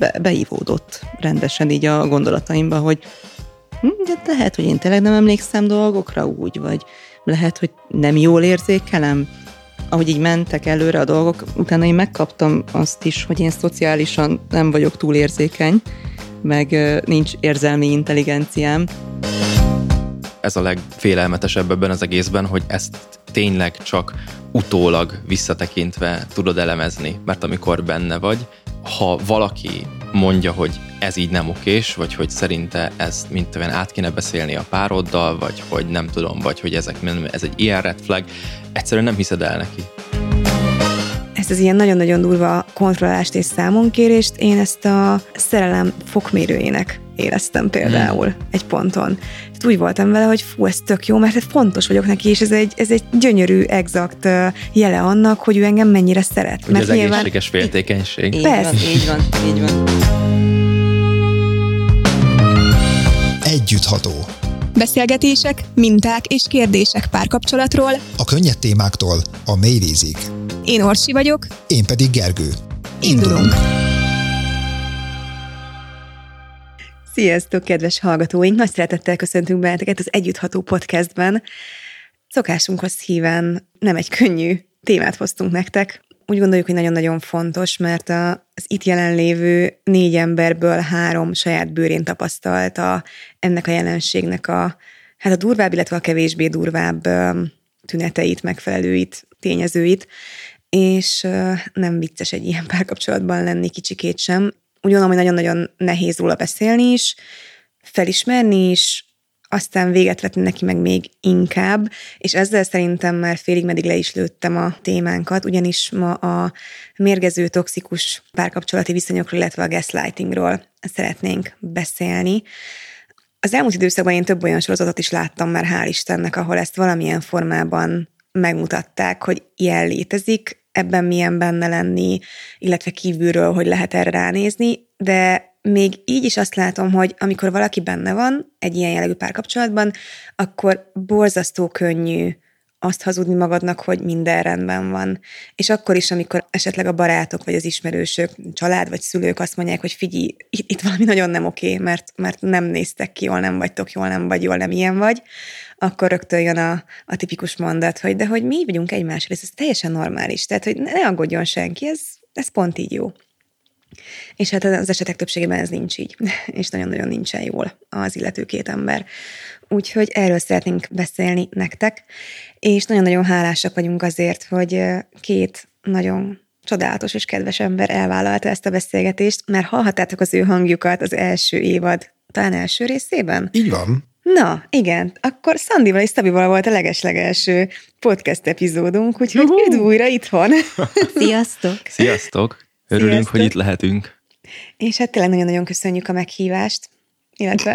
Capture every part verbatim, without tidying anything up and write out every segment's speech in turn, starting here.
be, beívódott rendesen így a gondolataimba, hogy hm, de lehet, hogy én tényleg nem emlékszem dolgokra úgy, vagy lehet, hogy nem jól érzékelem. Ahogy így mentek előre a dolgok, utána én megkaptam azt is, hogy én szociálisan nem vagyok túl érzékeny, meg nincs érzelmi intelligenciám. Ez a legfélelmetesebb ebben az egészben, hogy ezt tényleg csak utólag visszatekintve tudod elemezni, mert amikor benne vagy, ha valaki mondja, hogy ez így nem okés, vagy hogy szerinte ezt mindtelen át kéne beszélni a pároddal, vagy hogy nem tudom, vagy hogy ezek, ez egy ilyen red flag, egyszerűen nem hiszed el neki. Ezt az ilyen nagyon-nagyon durva kontrollást és számonkérést én ezt a szerelem fokmérőjének éreztem például hmm. egy ponton. Tehát úgy voltam vele, hogy fú, ez tök jó, mert fontos vagyok neki, és ez egy, ez egy gyönyörű, exakt jele annak, hogy ő engem mennyire szeret. Hogy mert az nyilván... egészséges féltékenység. Így van, így van, így van. Együttható. Beszélgetések, minták és kérdések párkapcsolatról. A könnyed témáktól a mélyvízig. Én Orsi vagyok. Én pedig Gergő. Indulunk! Sziasztok, kedves hallgatóink! Nagy szeretettel köszöntünk benneteket az Együttható podcastben. Szokásunkhoz híven nem egy könnyű témát hoztunk nektek. Úgy gondoljuk, hogy nagyon-nagyon fontos, mert az itt jelenlévő négy emberből három saját bőrén tapasztalta ennek a jelenségnek a, hát a durvább, illetve a kevésbé durvább tüneteit, megfelelőit, tényezőit, és nem vicces egy ilyen párkapcsolatban lenni kicsikét sem. Úgy gondolom, hogy nagyon-nagyon nehéz róla beszélni is, felismerni is, aztán véget vetni neki meg még inkább, és ezzel szerintem már félig meddig le is lőttem a témánkat, ugyanis ma a mérgező, toxikus párkapcsolati viszonyokról, illetve a gaslightingról szeretnénk beszélni. Az elmúlt időszakban én több olyan sorozatot is láttam már, hál' Istennek, ahol ezt valamilyen formában megmutatták, hogy ilyen létezik, ebben milyen benne lenni, illetve kívülről, hogy lehet erre ránézni, de még így is azt látom, hogy amikor valaki benne van egy ilyen jellegű párkapcsolatban, akkor borzasztó könnyű azt hazudni magadnak, hogy minden rendben van. És akkor is, amikor esetleg a barátok, vagy az ismerősök, család, vagy szülők azt mondják, hogy figyelj, itt, itt valami nagyon nem oké, mert, mert nem néztek ki jól, nem vagytok jól, nem vagy jól, nem ilyen vagy, akkor rögtön jön a, a tipikus mondat, hogy de hogy mi vagyunk egymásra, ez teljesen normális. Tehát, hogy ne aggódjon senki, ez, ez pont így jó. És hát az esetek többségében ez nincs így, és nagyon-nagyon nincsen jól az illető két ember. Úgyhogy erről szeretnénk beszélni nektek, és nagyon-nagyon hálásak vagyunk azért, hogy két nagyon csodálatos és kedves ember elvállalta ezt a beszélgetést, mert hallhattátok az ő hangjukat az első évad, talán első részében? Így van. Na, igen, akkor Szandival és Szabival volt a legeslegelső podcast epizódunk, úgyhogy uh-huh. üdv újra itthon! Sziasztok! Sziasztok! Örülünk, Sziasztok. Hogy itt lehetünk. És hát tényleg nagyon-nagyon köszönjük a meghívást, illetve...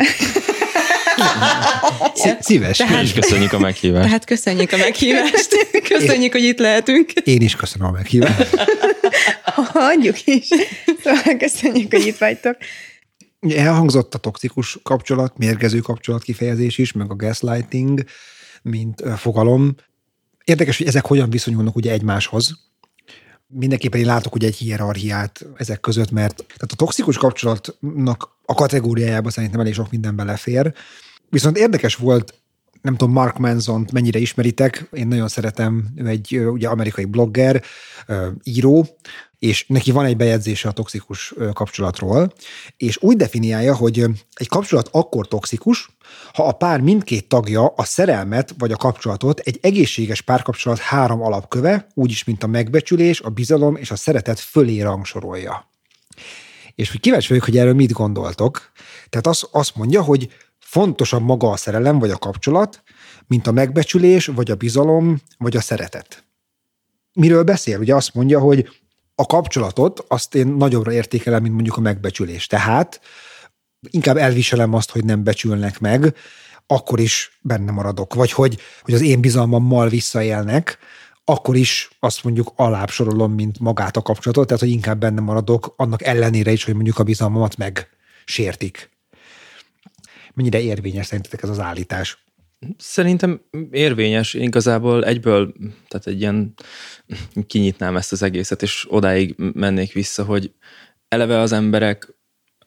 Szíves. Tehát, és köszönjük a meghívást. Tehát köszönjük a meghívást. Köszönjük, én, hogy itt lehetünk. Én is köszönöm a meghívást. Hagyjuk is. Szóval köszönjük, hogy itt vagytok. Elhangzott a toxikus kapcsolat, mérgező kapcsolat kifejezés is, meg a gaslighting, mint fogalom. Érdekes, hogy ezek hogyan viszonyulnak ugye egymáshoz. Mindenképpen én látok ugye egy hierarchiát ezek között, mert tehát a toxikus kapcsolatnak a kategóriájában szerintem elég sok minden belefér. Viszont érdekes volt, nem tudom, Mark Manson-t mennyire ismeritek, én nagyon szeretem, ő egy ugye amerikai blogger, író, és neki van egy bejegyzése a toxikus kapcsolatról, és úgy definiálja, hogy egy kapcsolat akkor toxikus, ha a pár mindkét tagja a szerelmet vagy a kapcsolatot egy egészséges párkapcsolat három alapköve, úgyis, mint a megbecsülés, a bizalom és a szeretet fölé rangsorolja. És hogy kíváncsi vagyok, hogy erről mit gondoltok. Tehát azt, azt mondja, hogy fontosabb maga a szerelem vagy a kapcsolat, mint a megbecsülés, vagy a bizalom, vagy a szeretet. Miről beszél? Ugye azt mondja, hogy a kapcsolatot azt én nagyobbra értékelem, mint mondjuk a megbecsülés. Tehát inkább elviselem azt, hogy nem becsülnek meg, akkor is benne maradok. Vagy hogy, hogy az én bizalmammal visszaélnek, akkor is azt mondjuk alább sorolom, mint magát a kapcsolatot, tehát hogy inkább benne maradok, annak ellenére is, hogy mondjuk a bizalmamat megsértik. Mennyire érvényes szerintetek ez az állítás? Szerintem érvényes, igazából egyből, tehát egy ilyen kinyitnám ezt az egészet, és odáig mennék vissza, hogy eleve az emberek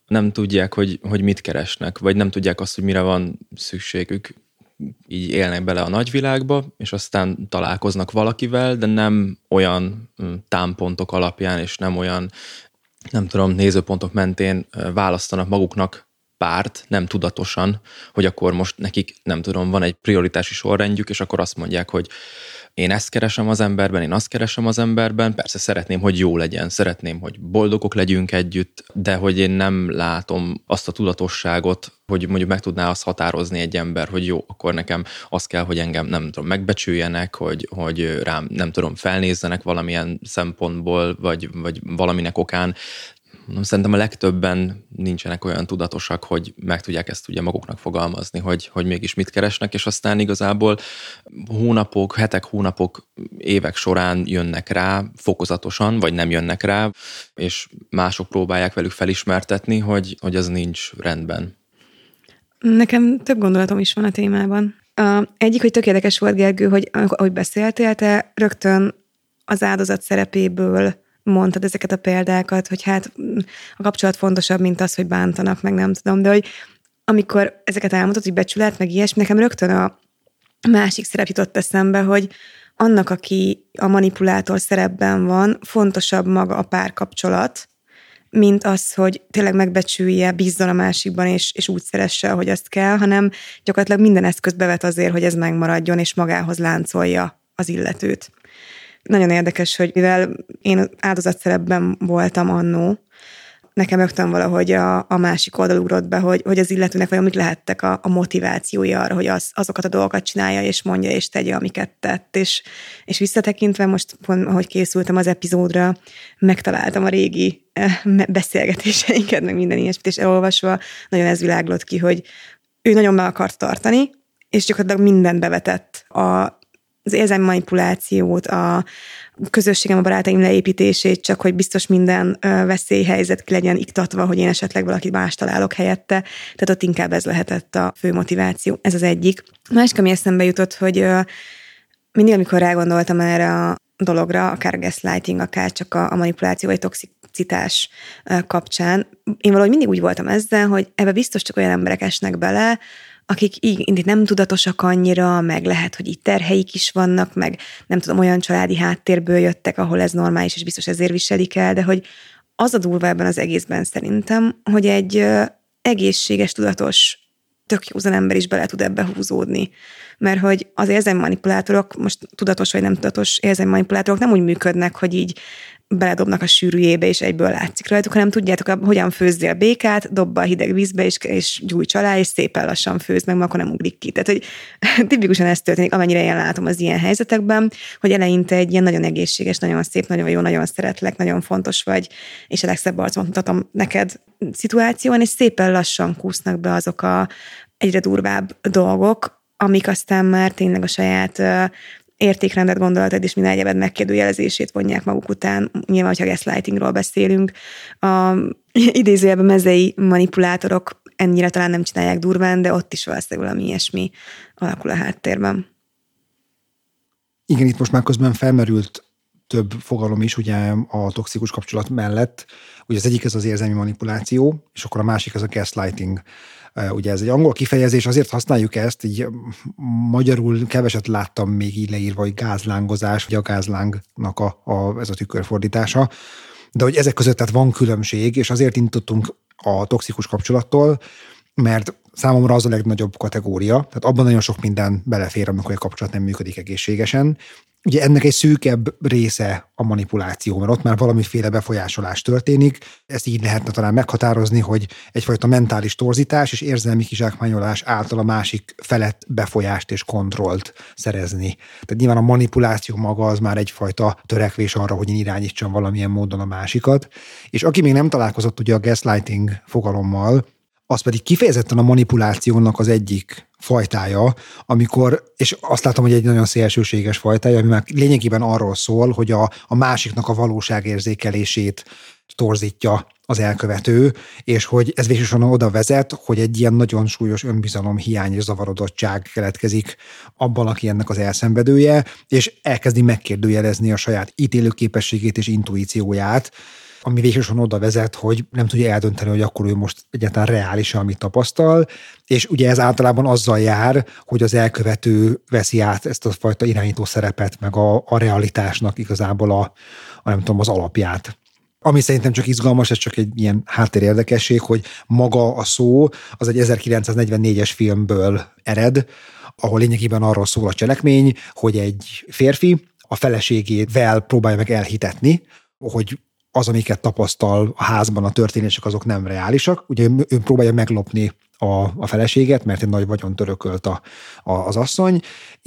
nem tudják, hogy, hogy mit keresnek, vagy nem tudják azt, hogy mire van szükségük. Így élnek bele a nagyvilágba, és aztán találkoznak valakivel, de nem olyan támpontok alapján, és nem olyan, nem tudom, nézőpontok mentén választanak maguknak párt, nem tudatosan, hogy akkor most nekik, nem tudom, van egy prioritási sorrendjük, és akkor azt mondják, hogy én ezt keresem az emberben, én azt keresem az emberben, persze szeretném, hogy jó legyen, szeretném, hogy boldogok legyünk együtt, de hogy én nem látom azt a tudatosságot, hogy mondjuk meg tudná azt határozni egy ember, hogy jó, akkor nekem az kell, hogy engem nem tudom, megbecsüljenek, hogy, hogy rám nem tudom, felnézzenek valamilyen szempontból, vagy, vagy valaminek okán. Szerintem a legtöbben nincsenek olyan tudatosak, hogy meg tudják ezt ugye maguknak fogalmazni, hogy, hogy mégis mit keresnek, és aztán igazából hónapok, hetek, hónapok, évek során jönnek rá fokozatosan, vagy nem jönnek rá, és mások próbálják velük felismertetni, hogy, hogy az nincs rendben. Nekem több gondolatom is van a témában. A egyik, hogy tök érdekes volt, Gergő, hogy ahogy beszéltél, te rögtön az áldozat szerepéből mondtad ezeket a példákat, hogy hát a kapcsolat fontosabb, mint az, hogy bántanak, meg nem tudom, de hogy amikor ezeket elmondtad, hogy becsület, meg ilyesmi, nekem rögtön a másik szerep jutott eszembe, hogy annak, aki a manipulátor szerepben van, fontosabb maga a párkapcsolat, mint az, hogy tényleg megbecsülje, bízzon a másikban, és, és úgy szeresse, ahogy azt kell, hanem gyakorlatilag minden eszközt bevet azért, hogy ez megmaradjon, és magához láncolja az illetőt. Nagyon érdekes, hogy mivel én áldozatszerepben voltam annó, nekem rögtön valahogy a, a másik oldal ugrott be, hogy, hogy az illetőnek vajon mik lehettek a, a motivációja arra, hogy az, azokat a dolgokat csinálja, és mondja, és tegye, amiket tett. És, és visszatekintve most, ahogy készültem az epizódra, megtaláltam a régi beszélgetéseinket, meg minden ilyesmit, és elolvasva nagyon ez világlott ki, hogy ő nagyon meg akart tartani, és gyakorlatilag mindent bevetett a az érzelmi manipulációt, a közösségem, a barátaim leépítését, csak hogy biztos minden veszélyhelyzet ki legyen iktatva, hogy én esetleg valaki más találok helyette. Tehát ott inkább ez lehetett a fő motiváció. Ez az egyik. A másik, ami eszembe jutott, hogy mindig, amikor rágondoltam erre a dologra, akár a gaslighting, akár csak a manipuláció vagy toxicitás kapcsán, én valahogy mindig úgy voltam ezzel, hogy ebbe biztos csak olyan emberek esnek bele, akik így nem tudatosak annyira, meg lehet, hogy így terheik is vannak, meg nem tudom, olyan családi háttérből jöttek, ahol ez normális, és biztos ezért viselik el, de hogy az a durva ebben az egészben szerintem, hogy egy egészséges, tudatos, tök józan ember is bele tud ebbe húzódni. Mert hogy az érzelmi manipulátorok, most tudatos vagy nem tudatos érzelmi manipulátorok nem úgy működnek, hogy így beledobnak a sűrűjébe, és egyből látszik rajtuk, hanem tudjátok, hogyan főzzél békát, dobba a hideg vízbe, és, és gyújts alá, és szépen lassan főzd meg, mert akkor nem ugrik ki. Tehát, hogy tipikusan ez történik, amennyire én látom az ilyen helyzetekben, hogy eleinte egy ilyen nagyon egészséges, nagyon szép, nagyon jó, nagyon szeretlek, nagyon fontos vagy, és a legszebb arcot mutatom neked szituáción, és szépen lassan kúsznak be azok a egyre durvább dolgok, amik aztán már tényleg a saját értékrendet, gondolatod és minden egyebed megkérdőjelezését vonják maguk után. Nyilván, hogyha gaslightingról beszélünk, a idézőjelben mezei manipulátorok ennyire talán nem csinálják durván, de ott is valószínűleg valami ilyesmi alakul a háttérben. Igen, itt most már közben felmerült több fogalom is, ugye a toxikus kapcsolat mellett. Ugye az egyik ez az érzelmi manipuláció, és akkor a másik ez a gaslighting. Ugye ez egy angol kifejezés, azért használjuk ezt, így magyarul keveset láttam még így leírva, hogy gázlángozás, vagy a gázlángnak a, a, ez a tükörfordítása, de hogy ezek között tehát van különbség, és azért indítottunk a toxikus kapcsolattól, mert számomra az a legnagyobb kategória, tehát abban nagyon sok minden belefér, amikor a kapcsolat nem működik egészségesen. Ugye ennek egy szűkebb része a manipuláció, mert ott már valamiféle befolyásolás történik. Ezt így lehetne talán meghatározni, hogy egyfajta mentális torzítás és érzelmi kizsákmányolás által a másik felett befolyást és kontrollt szerezni. Tehát nyilván a manipuláció maga az már egyfajta törekvés arra, hogy én irányítsam valamilyen módon a másikat. És aki még nem találkozott ugye a gaslighting fogalommal, az pedig kifejezetten a manipulációnak az egyik fajtája, amikor, és azt látom, hogy egy nagyon szélsőséges fajtája, ami már lényegében arról szól, hogy a, a másiknak a valóságérzékelését torzítja az elkövető, és hogy ez végsősorban oda vezet, hogy egy ilyen nagyon súlyos önbizalom hiány és zavarodottság keletkezik abban, aki ennek az elszenvedője, és elkezdi megkérdőjelezni a saját ítélőképességét és intuícióját, ami végsősorban oda vezet, hogy nem tudja eldönteni, hogy akkor ő most egyáltalán reális, amit tapasztal, és ugye ez általában azzal jár, hogy az elkövető veszi át ezt a fajta irányító szerepet, meg a, a realitásnak igazából a, a, nem tudom, az alapját. Ami szerintem csak izgalmas, ez csak egy ilyen háttérérdekesség, hogy maga a szó az egy ezerkilencszáznegyvennégyes filmből ered, ahol lényegében arról szól a cselekmény, hogy egy férfi a feleségével próbálja meg elhitetni, hogy az, amiket tapasztal a házban, a történések, azok nem reálisak. Ugye ő próbálja meglopni a, a feleséget, mert egy nagy vagyont örökölt a, a, az asszony,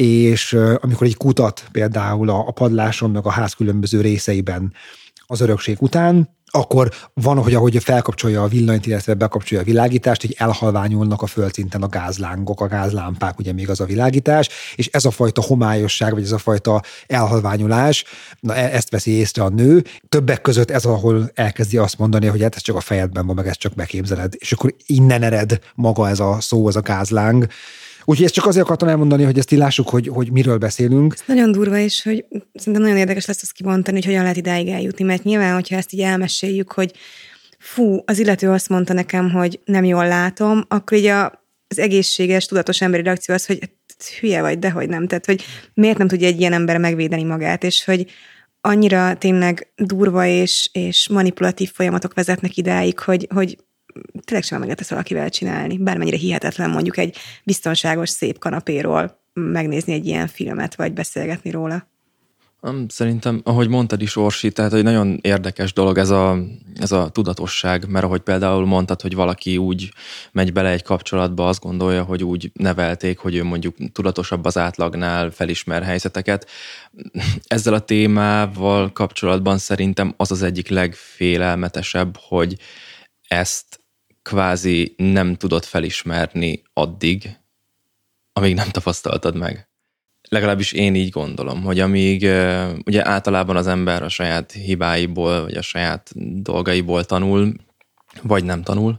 és amikor egy kutat például a, a padláson, meg a ház különböző részeiben az örökség után, akkor van, hogy ahogy felkapcsolja a villanyt, illetve bekapcsolja a világítást, így elhalványulnak a földszinten a gázlángok, a gázlámpák, ugye még az a világítás, és ez a fajta homályosság, vagy ez a fajta elhalványulás, na ezt veszi észre a nő. Többek között ez, ahol elkezdi azt mondani, hogy hát ez csak a fejedben van, meg ezt csak beképzeled. És akkor innen ered maga ez a szó, ez a gázláng. Úgyhogy ezt csak azért akartam elmondani, hogy ezt így lássuk, hogy, hogy miről beszélünk. Ez nagyon durva, és hogy szerintem nagyon érdekes lesz azt kibontani, hogy hogyan lehet idáig eljutni, mert nyilván, hogyha ezt így elmeséljük, hogy fú, az illető azt mondta nekem, hogy nem jól látom, akkor így a, az egészséges, tudatos emberi reakció az, hogy hát, hülye vagy, dehogy nem. Tehát, hogy miért nem tudja egy ilyen ember megvédeni magát, és hogy annyira tényleg durva és, és manipulatív folyamatok vezetnek idáig, hogy, hogy tényleg sem meg lehet ezt valakivel csinálni. Bármennyire hihetetlen mondjuk egy biztonságos, szép kanapéról megnézni egy ilyen filmet, vagy beszélgetni róla. Szerintem, ahogy mondtad is, Orsi, tehát hogy nagyon érdekes dolog ez a, ez a tudatosság, mert ahogy például mondtad, hogy valaki úgy megy bele egy kapcsolatba, azt gondolja, hogy úgy nevelték, hogy ő mondjuk tudatosabb az átlagnál, felismer helyzeteket. Ezzel a témával kapcsolatban szerintem az az egyik legfélelmetesebb, hogy ezt kvázi nem tudod felismerni addig, amíg nem tapasztaltad meg. Legalábbis én így gondolom, hogy amíg ugye általában az ember a saját hibáiból, vagy a saját dolgaiból tanul, vagy nem tanul,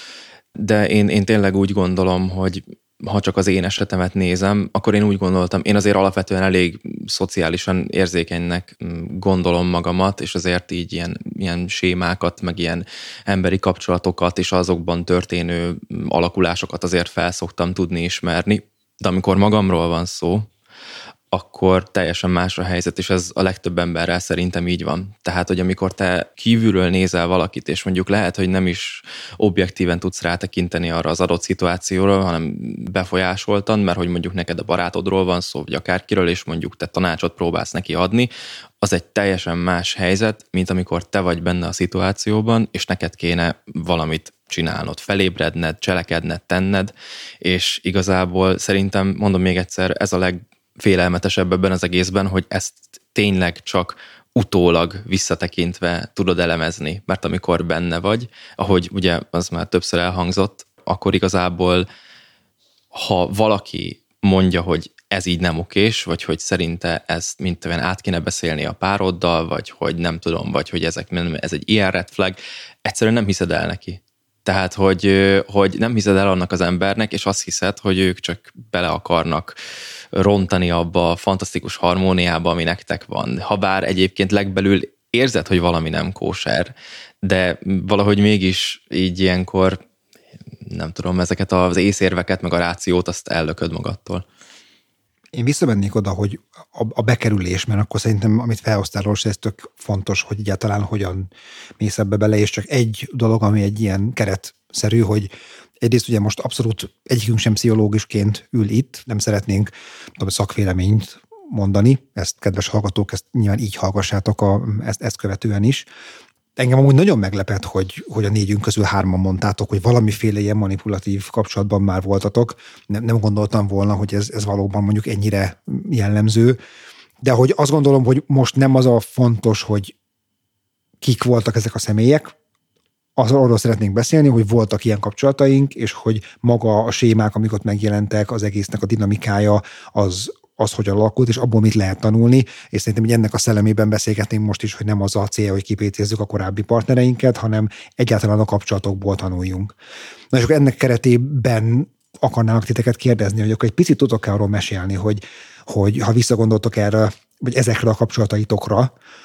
de én, én tényleg úgy gondolom, hogy ha csak az én esetemet nézem, akkor én úgy gondoltam, én azért alapvetően elég szociálisan érzékenynek gondolom magamat, és azért így ilyen, ilyen sémákat, meg ilyen emberi kapcsolatokat, és azokban történő alakulásokat azért felszoktam tudni ismerni, de amikor magamról van szó, akkor teljesen más a helyzet, és ez a legtöbb emberrel szerintem így van. Tehát, hogy amikor te kívülről nézel valakit, és mondjuk lehet, hogy nem is objektíven tudsz rátekinteni arra az adott szituációra, hanem befolyásoltan, mert hogy mondjuk neked a barátodról van szó, vagy akárkiről, és mondjuk te tanácsot próbálsz neki adni, az egy teljesen más helyzet, mint amikor te vagy benne a szituációban, és neked kéne valamit csinálnod, felébredned, cselekedned, tenned, és igazából szerintem, mondom még egyszer, ez a legfélelmetesebb ebben az egészben, hogy ezt tényleg csak utólag visszatekintve tudod elemezni, mert amikor benne vagy, ahogy ugye az már többször elhangzott, akkor igazából, ha valaki mondja, hogy ez így nem okés, vagy hogy szerinte ezt mint olyan át kéne beszélni a pároddal, vagy hogy nem tudom, vagy hogy ezek, ez egy ilyen red flag, egyszerűen nem hiszed el neki. Tehát, hogy, hogy nem hiszed el annak az embernek, és azt hiszed, hogy ők csak bele akarnak rontani abba a fantasztikus harmóniába, ami nektek van. Habár egyébként legbelül érzed, hogy valami nem kóser, de valahogy mégis így ilyenkor, nem tudom, ezeket az észérveket, meg a rációt, azt ellököd magadtól. Én visszamennék oda, hogy a, a bekerülés, mert akkor szerintem, amit felhoztál, Rossi, ez tök fontos, hogy egyáltalán hogyan mész ebbe bele, és csak egy dolog, ami egy ilyen keretszerű, hogy egyrészt ugye most abszolút egyikünk sem pszichológusként ül itt, nem szeretnénk tudom, szakvéleményt mondani, ezt kedves hallgatók, ezt nyilván így hallgassátok a, ezt, ezt követően is. Engem amúgy nagyon meglepett, hogy, hogy a négyünk közül hárman mondtátok, hogy valamiféle ilyen manipulatív kapcsolatban már voltatok. Nem, nem gondoltam volna, hogy ez, ez valóban mondjuk ennyire jellemző. De hogy azt gondolom, hogy most nem az a fontos, hogy kik voltak ezek a személyek, az arról szeretnénk beszélni, hogy voltak ilyen kapcsolataink, és hogy maga a sémák, amik ott megjelentek, az egésznek a dinamikája, az, az hogyan alakult, és abból mit lehet tanulni, és szerintem, hogy ennek a szellemében beszélgetnénk most is, hogy nem az a cél, hogy kipécézzük a korábbi partnereinket, hanem egyáltalán a kapcsolatokból tanuljunk. Na és akkor ennek keretében akarnálak titeket kérdezni, hogy akkor egy picit tudok arról mesélni, hogy, hogy ha visszagondoltok erre, vagy ezekre a kapcsolataitokra,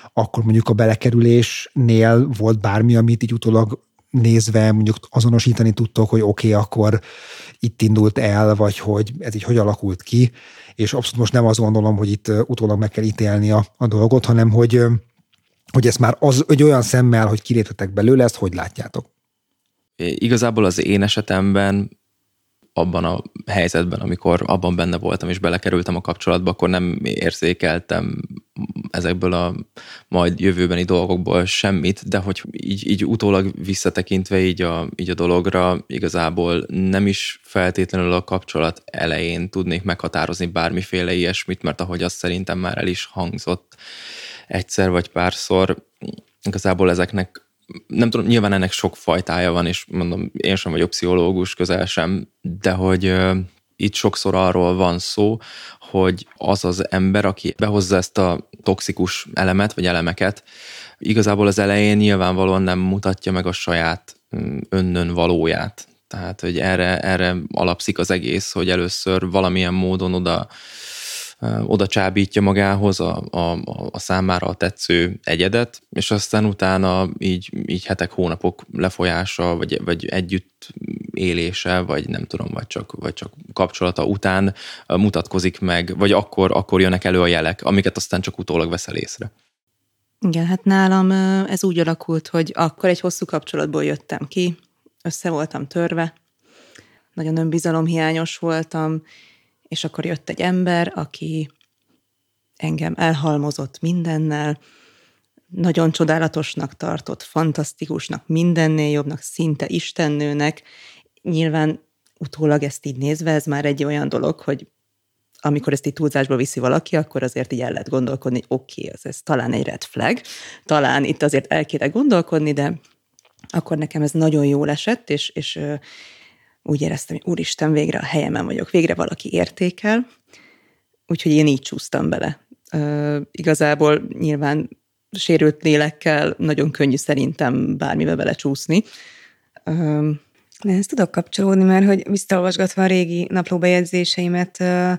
akkor mondjuk a belekerülésnél volt bármi, amit így utólag nézve mondjuk azonosítani tudtok, hogy oké, okay, akkor itt indult el, vagy hogy ez így hogy alakult ki, és abszolút most nem azt gondolom, hogy itt utólag meg kell ítélni a, a dolgot, hanem hogy, hogy ezt már az, egy olyan szemmel, hogy kiléptetek belőle, ezt hogy látjátok? Igazából az én esetemben abban a helyzetben, amikor abban benne voltam és belekerültem a kapcsolatba, akkor nem érzékeltem ezekből a majd jövőbeni dolgokból semmit, de hogy így, így utólag visszatekintve így a, így a dologra igazából nem is feltétlenül a kapcsolat elején tudnék meghatározni bármiféle ilyesmit, mert ahogy azt szerintem már el is hangzott egyszer vagy párszor, igazából ezeknek nem tudom, nyilván ennek sok fajtája van, és mondom, én sem vagyok pszichológus, közel sem, de hogy uh, itt sokszor arról van szó, hogy az az ember, aki behozza ezt a toxikus elemet, vagy elemeket, igazából az elején nyilvánvalóan nem mutatja meg a saját önnön valóját. Tehát, hogy erre, erre alapszik az egész, hogy először valamilyen módon oda oda csábítja magához a, a, a számára a tetsző egyedet, és aztán utána így, így hetek, hónapok lefolyása, vagy, vagy együtt élése, vagy nem tudom, vagy csak, vagy csak kapcsolata után mutatkozik meg, vagy akkor, akkor jönnek elő a jelek, amiket aztán csak utólag veszel észre. Igen, hát nálam ez úgy alakult, hogy akkor egy hosszú kapcsolatból jöttem ki, össze voltam törve, nagyon önbizalomhiányos voltam, és akkor jött egy ember, aki engem elhalmozott mindennel, nagyon csodálatosnak tartott, fantasztikusnak, mindennél jobbnak, szinte istennőnek. Nyilván utólag ezt így nézve, ez már egy olyan dolog, hogy amikor ezt így túlzásba viszi valaki, akkor azért így el lehet gondolkodni, hogy oké, okay, ez, ez talán egy red flag, talán itt azért el kéne gondolkodni, de akkor nekem ez nagyon jól esett, és, és úgy éreztem, hogy úristen, végre a helyemen vagyok, végre valaki értékel, úgyhogy én így csúsztam bele. Uh, igazából nyilván sérült lélekkel nagyon könnyű szerintem bármibe belecsúszni. Uh, De ezt tudok kapcsolódni, mert hogy visszaolvasgatva a régi naplóbejegyzéseimet, uh,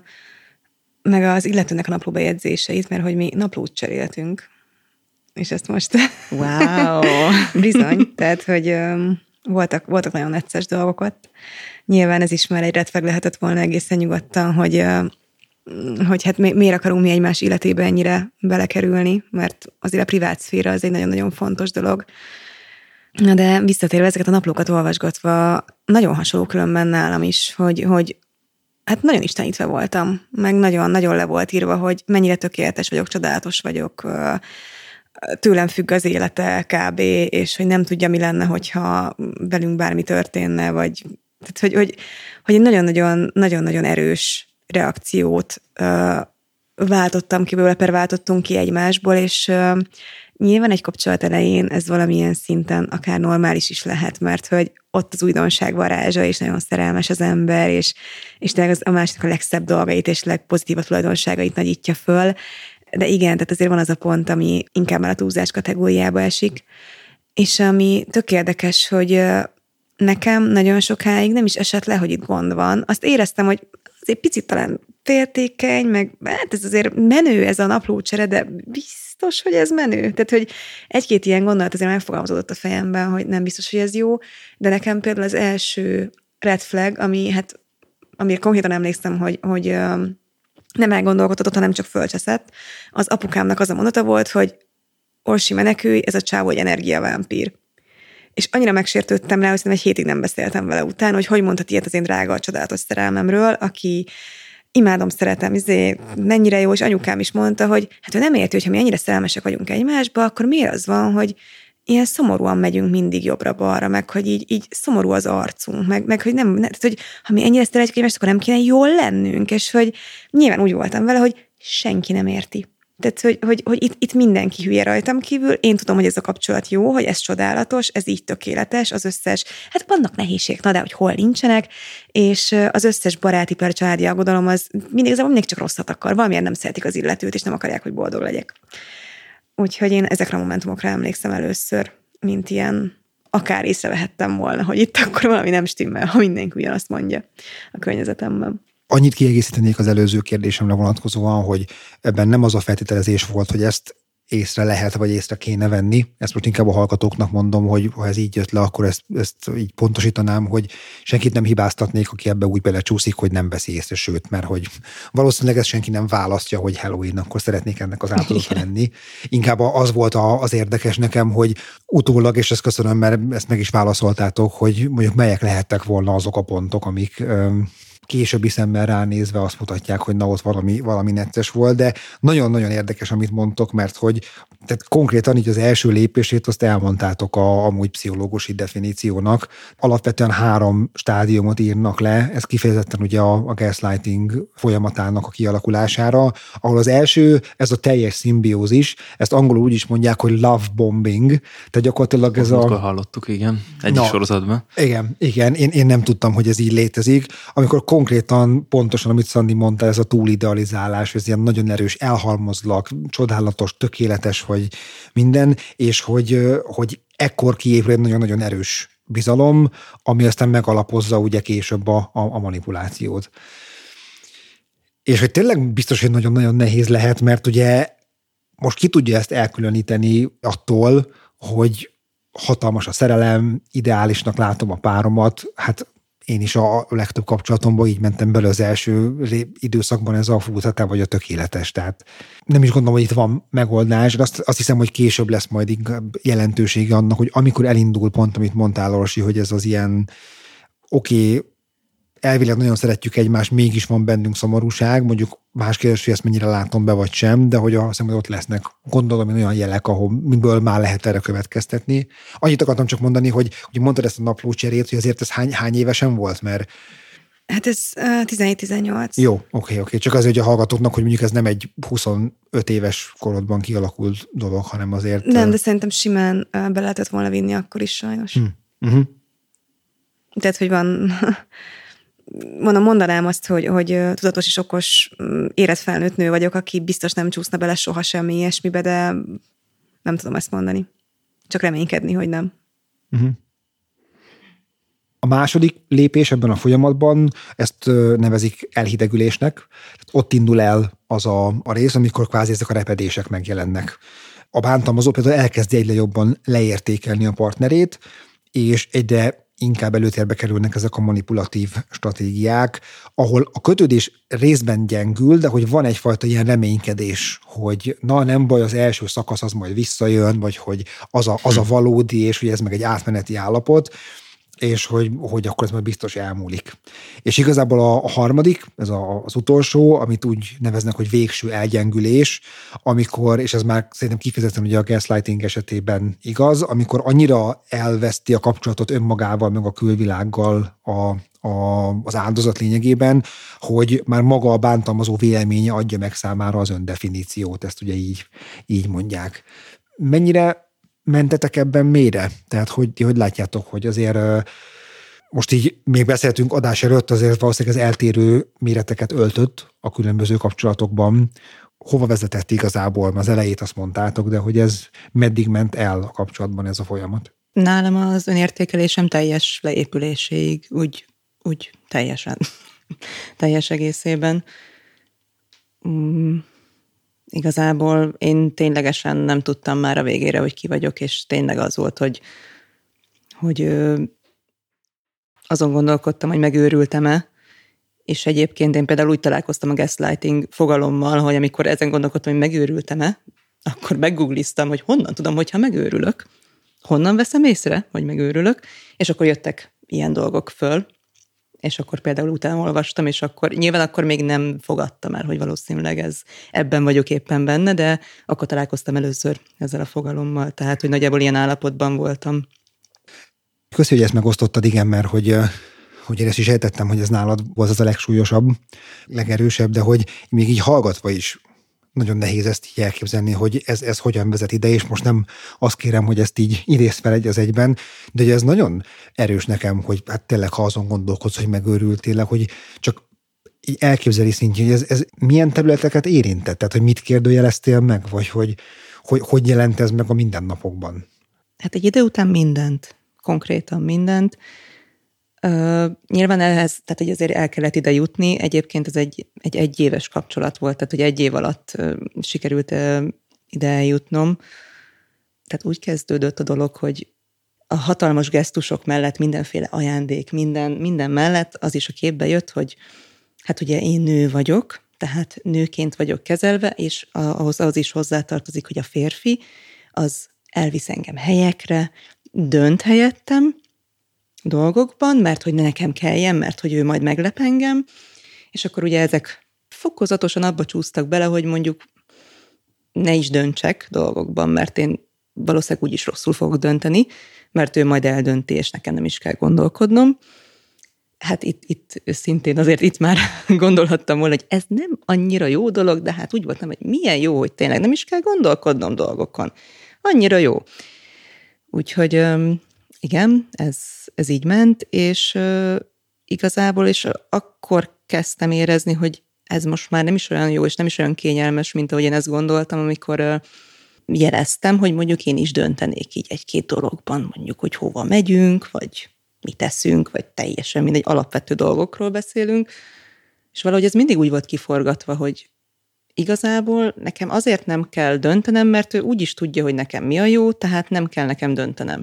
meg az illetőnek a naplóbejegyzéseit, mert hogy mi naplót cseréltünk, és ezt most wow. bizony, tehát hogy um, voltak, voltak nagyon necces dolgokat. Nyilván ez is már egy red flag lehetett volna egészen nyugodtan, hogy, uh, hogy hát mi, miért akarunk mi egymás életébe ennyire belekerülni, mert azért a privát szféra az egy nagyon-nagyon fontos dolog. Na de visszatérve ezeket a naplókat olvasgatva, nagyon hasonló különben nálam is, hogy, hogy hát nagyon istenítve voltam, meg nagyon-nagyon le volt írva, hogy mennyire tökéletes vagyok, csodálatos vagyok, tőlem függ az élete kb., és hogy nem tudja, mi lenne, hogyha velünk bármi történne, vagy tehát, hogy, hogy, hogy egy nagyon-nagyon, nagyon-nagyon erős reakciót uh, váltottam ki, per váltottunk ki egymásból, és uh, nyilván egy kapcsolat elején ez valamilyen szinten akár normális is lehet, mert hogy ott az újdonság varázsa, és nagyon szerelmes az ember, és, és tényleg az a másiknak a legszebb dolgait és legpozitívabb tulajdonságait nagyítja föl. De igen, tehát azért van az a pont, ami inkább már a túlzás kategóriába esik. És ami tök érdekes, hogy nekem nagyon sokáig nem is esett le, hogy itt gond van. Azt éreztem, hogy azért picit talán féltékeny, meg hát ez azért menő ez a naplócsere, de biztos, hogy ez menő. Tehát, hogy egy-két ilyen gondolat azért megfogalmazódott a fejemben, hogy nem biztos, hogy ez jó, de nekem például az első red flag, ami hát, amire konkrétan emlékszem, hogy, hogy nem elgondolkodott, hanem csak fölcseszett, az apukámnak az a mondata volt, hogy Orsi, menekülj, ez a csávó egy energiavámpír. És annyira megsértődtem rá, hogy szerintem egy hétig nem beszéltem vele után, hogy hogy mondhat ilyet az én drága, csodálatos szerelmemről, aki imádom, szeretem, izé, mennyire jó, és anyukám is mondta, hogy hát ő nem érti, hogy ha mi ennyire szerelmesek vagyunk egymásba, akkor miért az van, hogy ilyen szomorúan megyünk mindig jobbra-balra, meg hogy így, így szomorú az arcunk, meg, meg hogy nem, ne, tehát, hogy ha mi ennyire szeretjük egymást, akkor nem kéne jól lennünk, és hogy nyilván úgy voltam vele, hogy senki nem érti. Tehát, hogy, hogy, hogy itt, itt mindenki hülye rajtam kívül, én tudom, hogy ez a kapcsolat jó, hogy ez csodálatos, ez így tökéletes, az összes, hát vannak nehézségek, na de hogy hol nincsenek, és az összes baráti per családi aggodalom az mindig, igazából mindig csak rosszat akar, valamiért nem szeretik az illetőt, és nem akarják, hogy boldog legyek. Úgyhogy én ezekre a momentumokra emlékszem először, mint ilyen, akár észrevehettem volna, hogy itt akkor valami nem stimmel, ha mindenki ugyanazt mondja a környezetemben. Annyit kiegészítenék az előző kérdésemre vonatkozóan, hogy ebben nem az a feltételezés volt, hogy ezt észre lehet, vagy észre kéne venni. Ezt most inkább a hallgatóknak mondom, hogy ha ez így jött le, akkor ezt, ezt így pontosítanám, hogy senkit nem hibáztatnék, aki ebbe úgy belecsúszik, hogy nem veszi észre, sőt, mert hogy valószínűleg ezt senki nem választja, hogy Halloween, akkor szeretnék ennek az áldozata lenni. Inkább az volt az érdekes nekem, hogy utólag, és ezt köszönöm, mert ezt meg is válaszoltátok, hogy mondjuk melyek lehettek volna azok a pontok, amik későbbi szemmel ránézve azt mutatják, hogy na ott valami, valami necces volt, de nagyon-nagyon érdekes, amit mondtok, mert hogy tehát konkrétan így az első lépését azt elmondtátok a amúgy pszichológusi definíciónak. Alapvetően három stádiumot írnak le, ez kifejezetten ugye a, a gaslighting folyamatának a kialakulására, ahol az első, ez a teljes szimbiózis, ezt angolul úgy is mondják, hogy love bombing, tehát gyakorlatilag ez a... hallottuk, igen, egy na, sorozatban. Igen, igen, én, én nem tudtam, hogy ez így létezik, amikor konkrétan pontosan, amit Szandi mondta, ez a túlidealizálás, ez ilyen nagyon erős, elhalmozlak, csodálatos, tökéletes, hogy minden, és hogy, hogy ekkor kiépül egy nagyon-nagyon erős bizalom, ami aztán megalapozza ugye később a, a, a manipulációt. És hogy tényleg biztos, hogy nagyon-nagyon nehéz lehet, mert ugye most ki tudja ezt elkülöníteni attól, hogy hatalmas a szerelem, ideálisnak látom a páromat, hát én is a legtöbb kapcsolatomban így mentem bele az első időszakban, ez a fú, te vagy a tökéletes. Tehát nem is gondolom, hogy itt van megoldás, de azt, azt hiszem, hogy később lesz majd inkább jelentősége annak, hogy amikor elindul pont, amit mondtál, Orsi, hogy ez az ilyen oké, okay, elvileg nagyon szeretjük egymást, mégis van bennünk szomorúság, mondjuk más kérdés, hogy ezt mennyire látom be, vagy sem, de hogy azt hiszem, hogy ott lesznek, gondolom, hogy olyan jelek, ahol miből már lehet erre következtetni. Annyit akartam csak mondani, hogy, hogy mondtad ezt a naplócserét, hogy azért ez hány, hány évesen volt, mert... Hát ez uh, tizenhét tizennyolc. Jó, oké, okay, oké. Okay. Csak azért, hogy a hallgatóknak, hogy mondjuk ez nem egy huszonöt éves korodban kialakult dolog, hanem azért... Nem, de szerintem simán uh, be lehetett volna vinni akkor is sajnos. Hmm. Uh-huh. Tehát, hogy van... Mondom, mondanám azt, hogy, hogy tudatos és okos, érett felnőtt nő vagyok, aki biztos nem csúszna bele soha semmi ilyesmibe, de nem tudom ezt mondani. Csak reménykedni, hogy nem. Uh-huh. A második lépés ebben a folyamatban, ezt nevezik elhidegülésnek. Tehát ott indul el az a, a rész, amikor kvázi ezek a repedések megjelennek. A bántalmazó például elkezdi egyre jobban leértékelni a partnerét, és egyre inkább előtérbe kerülnek ezek a manipulatív stratégiák, ahol a kötődés részben gyengül, de hogy van egyfajta ilyen reménykedés, hogy na nem baj, az első szakasz az majd visszajön, vagy hogy az a, az a valódi, és hogy ez meg egy átmeneti állapot, és hogy, hogy akkor ez majd biztos elmúlik. És igazából a, a harmadik, ez a, az utolsó, amit úgy neveznek, hogy végső elgyengülés, amikor, és ez már szerintem kifejezetten ugye a gaslighting esetében igaz, amikor annyira elveszti a kapcsolatot önmagával, meg a külvilággal a, a, az áldozat lényegében, hogy már maga a bántalmazó véleménye adja meg számára az öndefiníciót, ezt ugye így, így mondják. Mennyire mentetek ebben mélyre? Tehát, hogy, hogy látjátok, hogy azért most így még beszéltünk adás előtt, azért valószínűleg ez eltérő méreteket öltött a különböző kapcsolatokban. Hova vezetett igazából? Az elejét azt mondtátok, de hogy ez meddig ment el a kapcsolatban ez a folyamat? Nálam az önértékelésem teljes leépüléséig, úgy, úgy teljesen, teljes egészében. Mm. Igazából én ténylegesen nem tudtam már a végére, hogy ki vagyok, és tényleg az volt, hogy, hogy ö, azon gondolkodtam, hogy megőrültem-e, és egyébként én például úgy találkoztam a gaslighting fogalommal, hogy amikor ezen gondolkodtam, hogy megőrültem-e, akkor meggoogliztam, hogy honnan tudom, hogyha megőrülök, honnan veszem észre, hogy megőrülök, és akkor jöttek ilyen dolgok föl, és akkor például utána olvastam, és akkor nyilván akkor még nem fogadtam el, hogy valószínűleg ez ebben vagyok éppen benne, de akkor találkoztam először ezzel a fogalommal, tehát, hogy nagyjából ilyen állapotban voltam. Köszönöm, hogy ezt megosztottad, igen, mert hogy, hogy én ezt is értettem, hogy ez nálad volt az a legsúlyosabb, legerősebb, de hogy még így hallgatva is nagyon nehéz ezt így elképzelni, hogy ez, ez hogyan vezet ide, és most nem azt kérem, hogy ezt így idéz fel egy az egyben, de hogy ez nagyon erős nekem, hogy hát tényleg, ha azon gondolkodsz, hogy megőrültél, hogy csak így elképzeli szintjén, hogy ez, ez milyen területeket érintett, tehát hogy mit kérdőjeleztél meg, vagy hogy hogy, hogy jelent ez meg a mindennapokban? Hát egy idő után mindent, konkrétan mindent. Uh, nyilván ehhez, tehát hogy azért el kellett ide jutni, egyébként ez egy, egy egyéves kapcsolat volt, tehát hogy egy év alatt uh, sikerült uh, ide eljutnom. Tehát úgy kezdődött a dolog, hogy a hatalmas gesztusok mellett mindenféle ajándék, minden, minden mellett az is a képbe jött, hogy hát ugye én nő vagyok, tehát nőként vagyok kezelve, és ahhoz az is hozzátartozik, hogy a férfi az elvisz engem helyekre, dönt helyettem dolgokban, mert hogy ne nekem kelljen, mert hogy ő majd meglep engem, és akkor ugye ezek fokozatosan abba csúsztak bele, hogy mondjuk ne is döntsek dolgokban, mert én valószínűleg úgyis rosszul fogok dönteni, mert ő majd eldönti, és nekem nem is kell gondolkodnom. Hát itt, itt szintén azért itt már gondolhattam volna, hogy ez nem annyira jó dolog, de hát úgy voltam, hogy milyen jó, hogy tényleg nem is kell gondolkodnom dolgokon. Annyira jó. Úgyhogy igen, ez, ez így ment, és igazából, és akkor kezdtem érezni, hogy ez most már nem is olyan jó, és nem is olyan kényelmes, mint ahogy én ezt gondoltam, amikor jeleztem, hogy mondjuk én is döntenék így egy-két dologban, mondjuk, hogy hova megyünk, vagy mit teszünk, vagy teljesen mindegy alapvető dolgokról beszélünk, és valahogy ez mindig úgy volt kiforgatva, hogy igazából nekem azért nem kell döntenem, mert ő úgy is tudja, hogy nekem mi a jó, tehát nem kell nekem döntenem.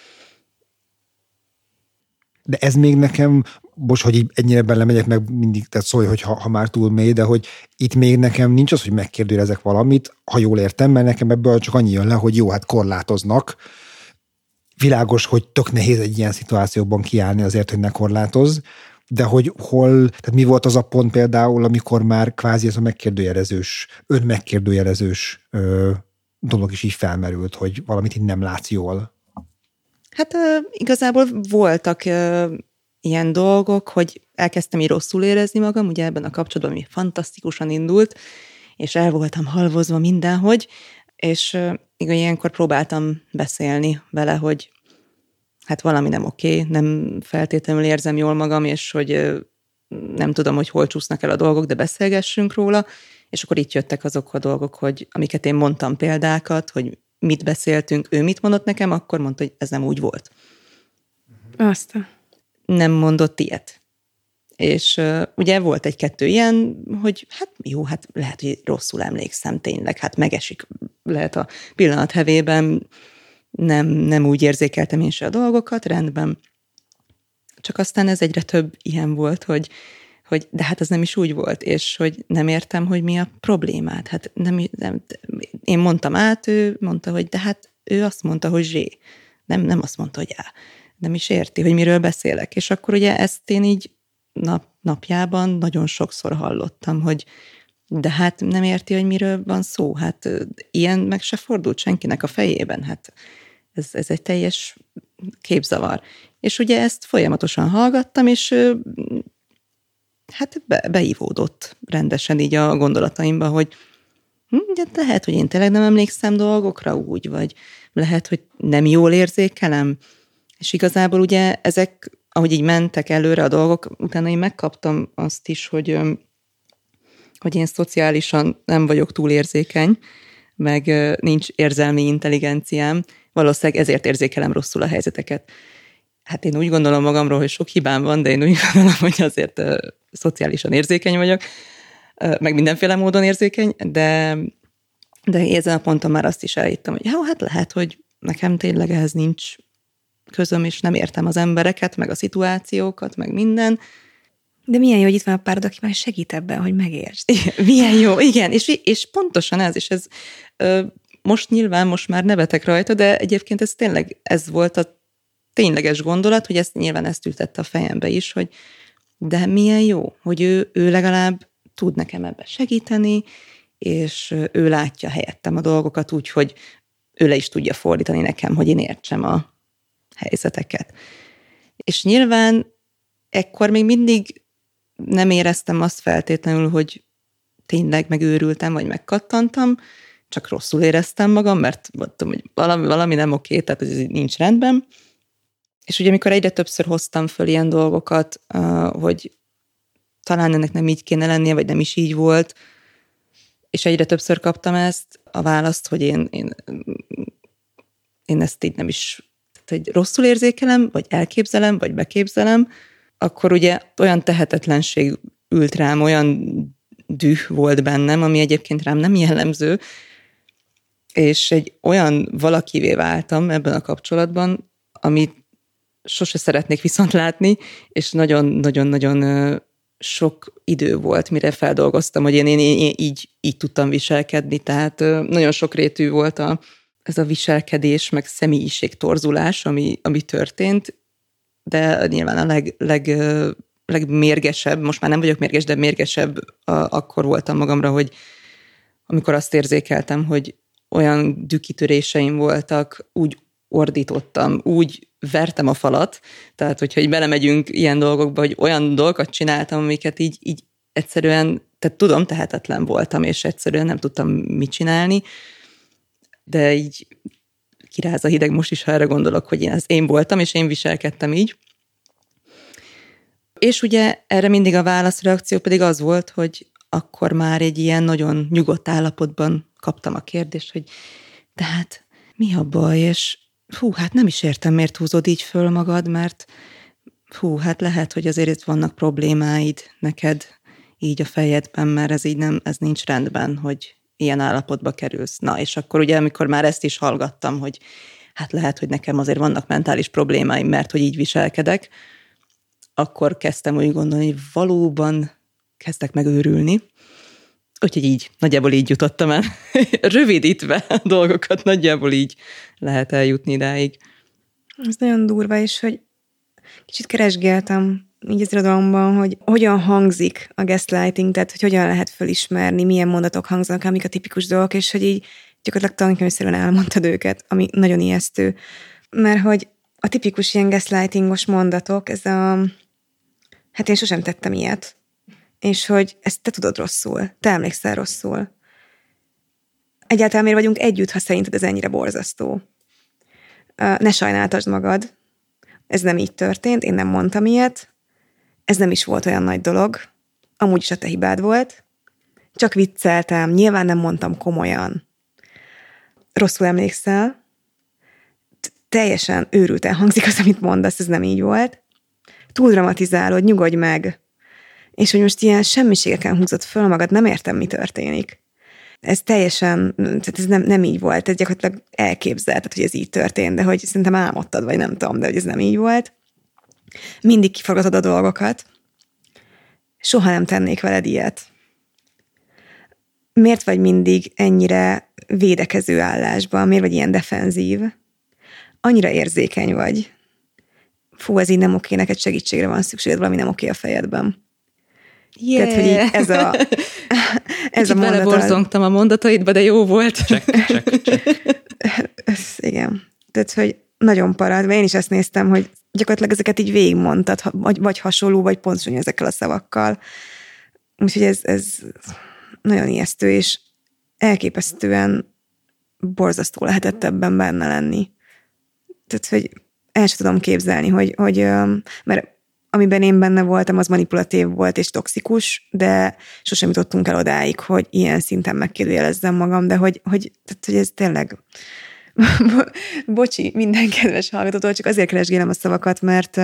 De ez még nekem, most, hogy így ennyire belemegyek, meg mindig, tehát szólj, hogy ha, ha már túl mély, de hogy itt még nekem nincs az, hogy megkérdőjelezek valamit, ha jól értem, mert nekem ebből csak annyi jön le, hogy jó, hát korlátoznak. Világos, hogy tök nehéz egy ilyen szituációban kiállni azért, hogy ne korlátoz, de hogy hol, tehát mi volt az a pont például, amikor már kvázi ez a megkérdőjelezős, önmegkérdőjelezős ö, dolog is így felmerült, hogy valamit így nem látsz jól. Hát uh, igazából voltak uh, ilyen dolgok, hogy elkezdtem így rosszul érezni magam, ugye ebben a kapcsolatban, ami fantasztikusan indult, és el voltam halvozva mindenhogy, és uh, igen, ilyenkor próbáltam beszélni vele, hogy hát valami nem oké, nem feltétlenül érzem jól magam, és hogy uh, nem tudom, hogy hol csúsznak el a dolgok, de beszélgessünk róla, és akkor itt jöttek azok a dolgok, hogy amiket én mondtam példákat, hogy mit beszéltünk, ő mit mondott nekem, akkor mondta, hogy ez nem úgy volt. Azt. Nem mondott ilyet. És uh, ugye volt egy-kettő ilyen, hogy hát jó, hát lehet, hogy rosszul emlékszem tényleg, hát megesik, lehet a pillanat hevében, nem, nem úgy érzékeltem én se a dolgokat, rendben. Csak aztán ez egyre több ilyen volt, hogy, hogy de hát ez nem is úgy volt, és hogy nem értem, hogy mi a problémát. Hát nem, nem, én mondtam át, ő mondta, hogy de hát ő azt mondta, hogy zsé. Nem, nem azt mondta, hogy á. Nem is érti, hogy miről beszélek. És akkor ugye ezt én így nap, napjában nagyon sokszor hallottam, hogy de hát nem érti, hogy miről van szó. Hát ilyen meg se fordult senkinek a fejében. Hát ez, ez egy teljes képzavar. És ugye ezt folyamatosan hallgattam, és hát be, beivódott rendesen így a gondolataimba, hogy hm, de lehet, hogy én tényleg nem emlékszem dolgokra úgy, vagy lehet, hogy nem jól érzékelem. És igazából ugye ezek, ahogy így mentek előre a dolgok, utána én megkaptam azt is, hogy, hogy én szociálisan nem vagyok túl érzékeny, meg nincs érzelmi intelligenciám, valószínűleg ezért érzékelem rosszul a helyzeteket. Hát én úgy gondolom magamról, hogy sok hibám van, de én úgy gondolom, hogy azért uh, szociálisan érzékeny vagyok, uh, meg mindenféle módon érzékeny, de, de ezen a ponton már azt is elhittem, hogy jó, hát lehet, hogy nekem tényleg ehhez nincs közöm, és nem értem az embereket, meg a szituációkat, meg minden. De milyen jó, hogy itt van a párod, aki már segít ebben, hogy megértsd. Milyen jó, igen, és, és pontosan ez, és ez uh, most nyilván, most már nevetek rajta, de egyébként ez tényleg, ez volt a tényleges gondolat, hogy ezt nyilván ezt ültette a fejembe is, hogy de milyen jó, hogy ő, ő legalább tud nekem ebben segíteni, és ő látja helyettem a dolgokat úgy, hogy ő le is tudja fordítani nekem, hogy én értsem a helyzeteket. És nyilván ekkor még mindig nem éreztem azt feltétlenül, hogy tényleg megőrültem, vagy megkattantam, csak rosszul éreztem magam, mert mondtam, hogy valami, valami nem oké, tehát ez nincs rendben. És ugye amikor egyre többször hoztam föl ilyen dolgokat, hogy talán ennek nem így kéne lennie, vagy nem is így volt, és egyre többször kaptam ezt, a választ, hogy én, én, én ezt így nem is, tehát, hogy rosszul érzékelem, vagy elképzelem, vagy beképzelem, akkor ugye olyan tehetetlenség ült rám, olyan düh volt bennem, ami egyébként rám nem jellemző, és egy olyan valakivé váltam ebben a kapcsolatban, amit sose szeretnék viszont látni, és nagyon-nagyon-nagyon sok idő volt, mire feldolgoztam, hogy én, én, én így, így tudtam viselkedni, tehát nagyon sokrétű volt a, ez a viselkedés, meg személyiségtorzulás, ami, ami történt, de nyilván a leg, leg, legmérgesebb, most már nem vagyok mérges, de mérgesebb a, akkor voltam magamra, hogy amikor azt érzékeltem, hogy olyan dükitöréseim voltak, úgy ordítottam, úgy vertem a falat, tehát hogyha így belemegyünk ilyen dolgokba, hogy olyan dolgokat csináltam, amiket így, így egyszerűen, tehát tudom, tehetetlen voltam, és egyszerűen nem tudtam mit csinálni, de így kiráz a hideg most is, ha erre gondolok, hogy én, ez én voltam, és én viselkedtem így. És ugye erre mindig a válaszreakció pedig az volt, hogy akkor már egy ilyen nagyon nyugodt állapotban kaptam a kérdést, hogy tehát mi a baj, és hú, hát nem is értem, miért húzod így föl magad, mert hú, hát lehet, hogy azért itt vannak problémáid neked így a fejedben, mert ez így nem, ez nincs rendben, hogy ilyen állapotba kerülsz. Na, és akkor ugye, amikor már ezt is hallgattam, hogy hát lehet, hogy nekem azért vannak mentális problémáim, mert hogy így viselkedek, akkor kezdtem úgy gondolni, hogy valóban kezdtek megőrülni. Úgyhogy így, nagyjából így jutottam el. Rövidítve a dolgokat, nagyjából így lehet eljutni idáig. Ez nagyon durva, és hogy kicsit keresgéltem így az irodalomban, hogy hogyan hangzik a gaslighting, tehát hogy hogyan lehet felismerni, milyen mondatok hangzanak, amik a tipikus dolgok, és hogy így gyakorlatilag tankönyvszerűen elmondtad őket, ami nagyon ijesztő. Mert hogy a tipikus ilyen gaslightingos mondatok, ez a hát én sosem tettem ilyet, és hogy ezt te tudod rosszul, te emlékszel rosszul. Egyáltalán miért vagyunk együtt, ha szerinted ez ennyire borzasztó? Ne sajnáltasd magad, ez nem így történt, én nem mondtam ilyet, ez nem is volt olyan nagy dolog, amúgy is a te hibád volt, csak vicceltem, nyilván nem mondtam komolyan. Rosszul emlékszel, teljesen őrülten hangzik az, amit mondasz, ez nem így volt. Túl dramatizálod, nyugodj meg, és hogy most ilyen semmiségeken húzod föl magad, nem értem, mi történik. Ez teljesen, tehát ez nem, nem így volt, ez gyakorlatilag elképzelted, hogy ez így történt, de hogy szerintem álmodtad, vagy nem tudom, de hogy ez nem így volt. Mindig kiforgatod a dolgokat. Soha nem tennék veled ilyet. Miért vagy mindig ennyire védekező állásban? Miért vagy ilyen defenzív? Annyira érzékeny vagy. Fú, ez így nem oké, neked segítségre van szükséged, valami nem oké a fejedben. Yeah. Tehát, hogy így ez a ez a mondat. Beleborzongtam a mondataidba, de jó volt. Check, check, check. Ez, igen. Tehát, hogy nagyon parad, én is ezt néztem, hogy gyakorlatilag ezeket így végigmondtad, vagy, vagy hasonló, vagy pontosan ezekkel a szavakkal. Úgyhogy ez, ez nagyon ijesztő, és elképesztően borzasztó lehetett ebben benne lenni. Tehát, hogy el sem tudom képzelni, hogy, hogy mert amiben én benne voltam, az manipulatív volt és toxikus, de sosem jutottunk el odáig, hogy ilyen szinten megkérdőjelezzem magam, de hogy, hogy, tehát, hogy ez tényleg bocsi, minden kedves hallgatótól, csak azért keresgélem a szavakat, mert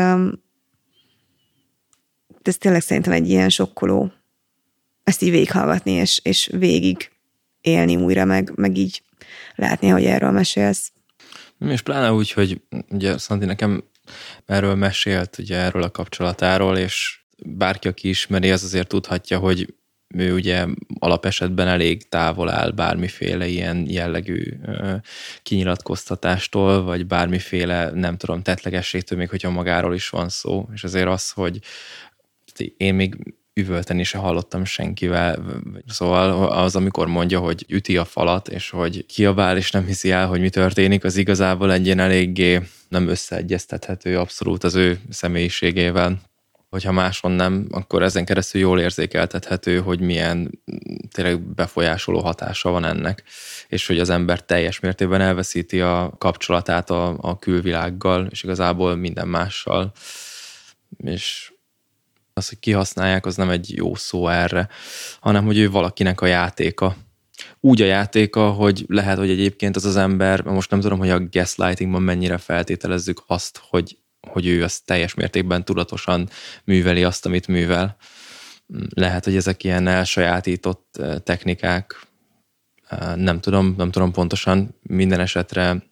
ez tényleg szerintem egy ilyen sokkoló ezt így végighallgatni, és, és végig élni újra, meg, meg így látni, hogy erről mesélsz. És pláne úgy, hogy ugye Szanti nekem erről mesélt, ugye erről a kapcsolatáról, és bárki, aki ismeri, az azért tudhatja, hogy ő ugye alapesetben elég távol áll bármiféle ilyen jellegű kinyilatkoztatástól, vagy bármiféle, nem tudom, tettlegességtől, még hogyha magáról is van szó. És azért az, hogy én még üvölteni se hallottam senkivel. Szóval az, amikor mondja, hogy üti a falat, és hogy kiabál, és nem hiszi el, hogy mi történik, az igazából egy ilyen eléggé nem összeegyeztethető abszolút az ő személyiségével. Hogyha máson nem, akkor ezen keresztül jól érzékeltethető, hogy milyen tényleg befolyásoló hatása van ennek, és hogy az ember teljes mértékben elveszíti a kapcsolatát a, a külvilággal, és igazából minden mással. És az, hogy kihasználják, az nem egy jó szó erre, hanem hogy ő valakinek a játéka. Úgy a játéka, hogy lehet, hogy egyébként az az ember, most nem tudom, hogy a gaslightingban mennyire feltételezzük azt, hogy, hogy ő azt teljes mértékben tudatosan műveli azt, amit művel. Lehet, hogy ezek ilyen elsajátított technikák, Nem tudom, nem tudom pontosan, minden esetre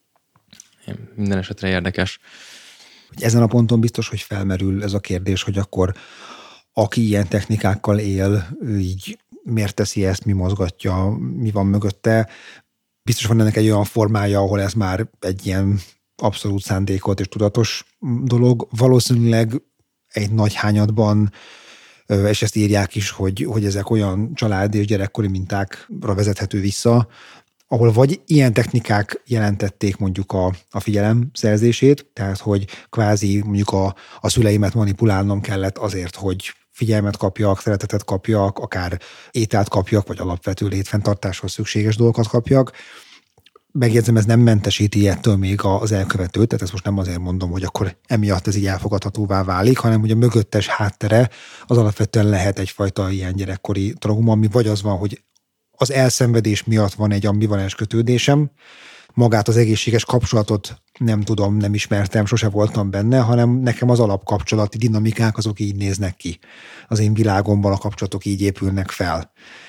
minden esetre érdekes. Ezen a ponton biztos, hogy felmerül ez a kérdés, hogy akkor aki ilyen technikákkal él, ő így miért teszi ezt, mi mozgatja, mi van mögötte. Biztos van ennek egy olyan formája, ahol ez már egy ilyen abszolút szándékolt és tudatos dolog. Valószínűleg egy nagy hányadban, és ezt írják is, hogy, hogy ezek olyan család és gyerekkori mintákra vezethető vissza, ahol vagy ilyen technikák jelentették mondjuk a, a figyelem szerzését, tehát hogy kvázi mondjuk a, a szüleimet manipulálnom kellett azért, hogy figyelmet kapjak, szeretetet kapjak, akár ételt kapjak, vagy alapvető létfenntartáshoz szükséges dolgokat kapjak. Megjegyzem, ez nem mentesíti ettől még az elkövetőt, tehát ezt most nem azért mondom, hogy akkor emiatt ez így elfogadhatóvá válik, hanem hogy a mögöttes háttere az alapvetően lehet egyfajta ilyen gyerekkori trauma, ami vagy az van, hogy az elszenvedés miatt van egy ambivalens kötődésem, magát az egészséges kapcsolatot nem tudom, nem ismertem, sose voltam benne, hanem nekem az alapkapcsolati dinamikák azok így néznek ki. Az én világomban a kapcsolatok így épülnek fel.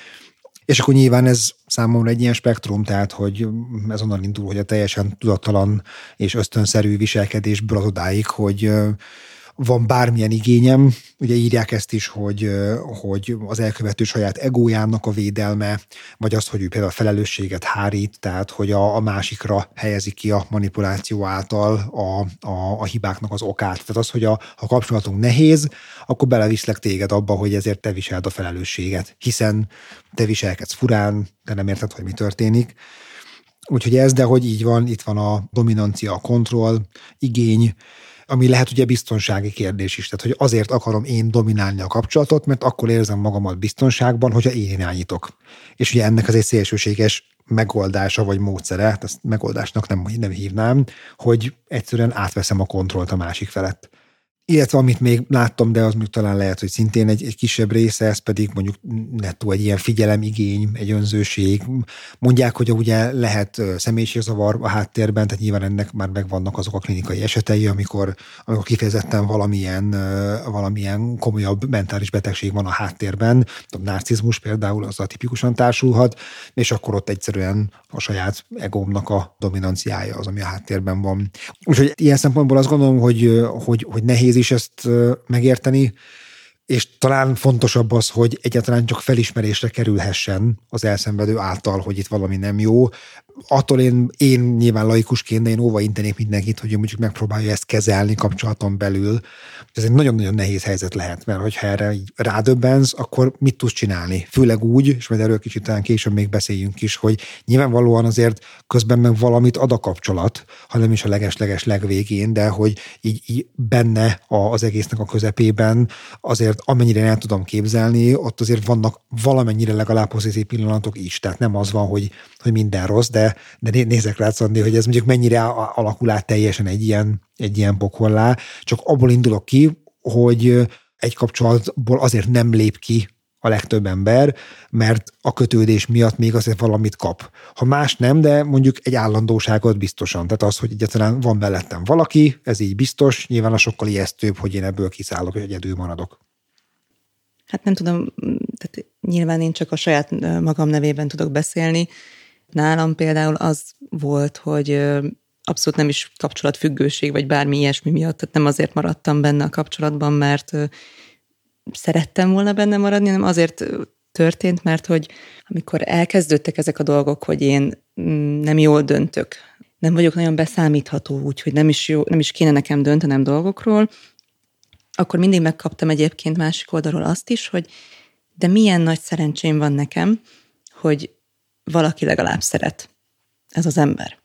És akkor nyilván ez számomra egy ilyen spektrum, tehát hogy ez onnan indul, hogy a teljesen tudattalan és ösztönszerű viselkedésből az odáig, hogy van bármilyen igényem, ugye írják ezt is, hogy, hogy az elkövető saját egójának a védelme, vagy az, hogy ő például a felelősséget hárít, tehát hogy a, a másikra helyezi ki a manipuláció által a, a, a hibáknak az okát. Tehát az, hogy a, ha a kapcsolatunk nehéz, akkor beleviszlek téged abba, hogy ezért te viseld a felelősséget, hiszen te viselkedsz furán, te nem érted, hogy mi történik. Úgyhogy ez, de hogy így van, itt van a dominancia, a kontroll, igény, ami lehet ugye biztonsági kérdés is. Tehát, hogy azért akarom én dominálni a kapcsolatot, mert akkor érzem magamat biztonságban, hogyha én irányítok. És ugye ennek az egy szélsőséges megoldása vagy módszere, ezt megoldásnak nem, nem hívnám, hogy egyszerűen átveszem a kontrollt a másik felett. Illetve amit még láttam, de az még talán lehet, hogy szintén egy, egy kisebb része, ez pedig mondjuk nettó egy ilyen figyelemigény, egy önzőség. Mondják, hogy ugye lehet személyiségzavar a háttérben, tehát nyilván ennek már megvannak azok a klinikai esetei, amikor, amikor kifejezetten valamilyen, valamilyen komolyabb mentális betegség van a háttérben. A narcizmus például az a tipikusan társulhat, és akkor ott egyszerűen a saját egómnak a dominanciája az, ami a háttérben van. Úgyhogy ilyen szempontból azt gondolom, hogy, hogy, hogy nehéz is ezt megérteni, és talán fontosabb az, hogy egyáltalán csak felismerésre kerülhessen az elszenvedő által, hogy itt valami nem jó. Attól én, én nyilván laikusként, de én óva intenék mindenkit, hogy mondjuk megpróbálja ezt kezelni kapcsolaton belül. Ez egy nagyon-nagyon nehéz helyzet lehet, mert hogyha erre így rádöbbensz, akkor mit tudsz csinálni? Főleg úgy, és majd erről kicsit talán később még beszéljünk is, hogy nyilvánvalóan azért közben meg valamit ad a kapcsolat, ha nem is a leges-leges legvégén, de hogy így, így benne az egésznek a közepében azért amennyire el tudom képzelni, ott azért vannak valamennyire legalább pozitív pillanatok is. Tehát nem az van, hogy, hogy minden rossz, de, de nézek rá, Szandi, hogy ez mondjuk mennyire alakul át teljesen egy ilyen, egy ilyen pokollá. Csak abból indulok ki, hogy egy kapcsolatból azért nem lép ki a legtöbb ember, mert a kötődés miatt még azért valamit kap. Ha más nem, de mondjuk egy állandóságot biztosan. Tehát az, hogy egyáltalán van mellettem valaki, ez így biztos, nyilván a sokkal ijesztőbb, hogy én ebből kiszállok, és egyedül maradok. Hát nem tudom, tehát nyilván én csak a saját magam nevében tudok beszélni. Nálam például az volt, hogy abszolút nem is kapcsolatfüggőség, vagy bármi ilyesmi miatt, tehát nem azért maradtam benne a kapcsolatban, mert szerettem volna benne maradni, hanem azért történt, mert hogy amikor elkezdődtek ezek a dolgok, hogy én nem jól döntök, nem vagyok nagyon beszámítható, úgyhogy nem is, jó, nem is kéne nekem döntenem dolgokról, akkor mindig megkaptam egyébként másik oldalról azt is, hogy de milyen nagy szerencsém van nekem, hogy valaki legalább szeret, ez az ember.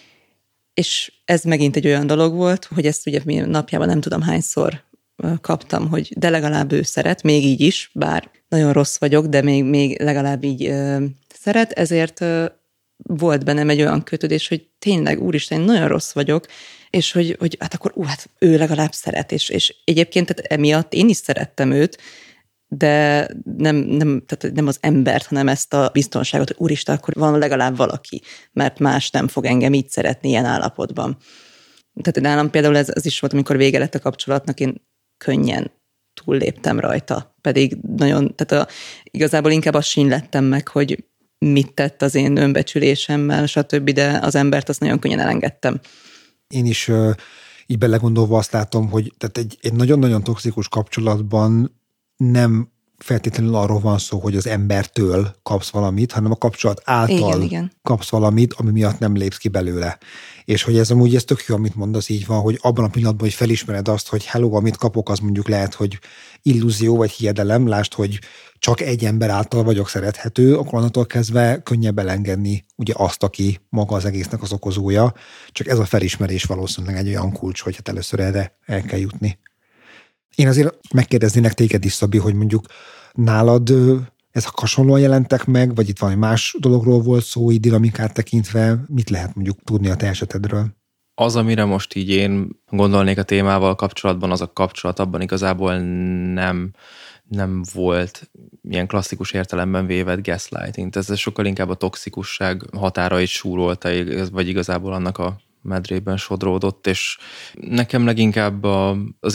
És ez megint egy olyan dolog volt, hogy ezt ugye napjában nem tudom hányszor kaptam, hogy de legalább ő szeret, még így is, bár nagyon rossz vagyok, de még, még legalább így ö, szeret, ezért ö, volt bennem egy olyan kötődés, hogy tényleg, úristen, nagyon rossz vagyok, és hogy, hogy hát akkor ú, hát ő legalább szeret, és, és egyébként tehát emiatt én is szerettem őt, de nem, nem, tehát nem az embert, hanem ezt a biztonságot, hogy úristen, akkor van legalább valaki, mert más nem fog engem így szeretni ilyen állapotban. Tehát nálam például ez, ez is volt, amikor vége lett a kapcsolatnak, én könnyen túlléptem rajta, pedig nagyon, tehát a, igazából inkább azt sínlettem meg, hogy mit tett az én önbecsülésemmel, stb., de az embert azt nagyon könnyen elengedtem. Én is uh, így belegondolva azt látom, hogy tehát egy, egy nagyon-nagyon toxikus kapcsolatban nem feltétlenül arról van szó, hogy az embertől kapsz valamit, hanem a kapcsolat által igen, igen. kapsz valamit, ami miatt nem lépsz ki belőle. És hogy ez amúgy ez tök jó, amit mondasz, így van, hogy abban a pillanatban, hogy felismered azt, hogy hello, amit kapok, az mondjuk lehet, hogy illúzió vagy hiedelem, lásd, hogy csak egy ember által vagyok szerethető, akkor onnantól kezdve könnyebb elengedni ugye azt, aki maga az egésznek az okozója. Csak ez a felismerés valószínűleg egy olyan kulcs, hogy hát először erre el kell jutni. Én azért megkérdeznének téged is, Szabi, hogy mondjuk nálad ezek hasonlóan jelentek meg, vagy itt valami más dologról volt szó, így dinamikát tekintve, mit lehet mondjuk tudni a te esetedről? Az, amire most így én gondolnék a témával kapcsolatban, az a kapcsolat abban igazából nem, nem volt ilyen klasszikus értelemben vévett gaslighting. Ez sokkal inkább a toxikusság határait súrolta, vagy igazából annak a medrében sodródott, és nekem leginkább a, az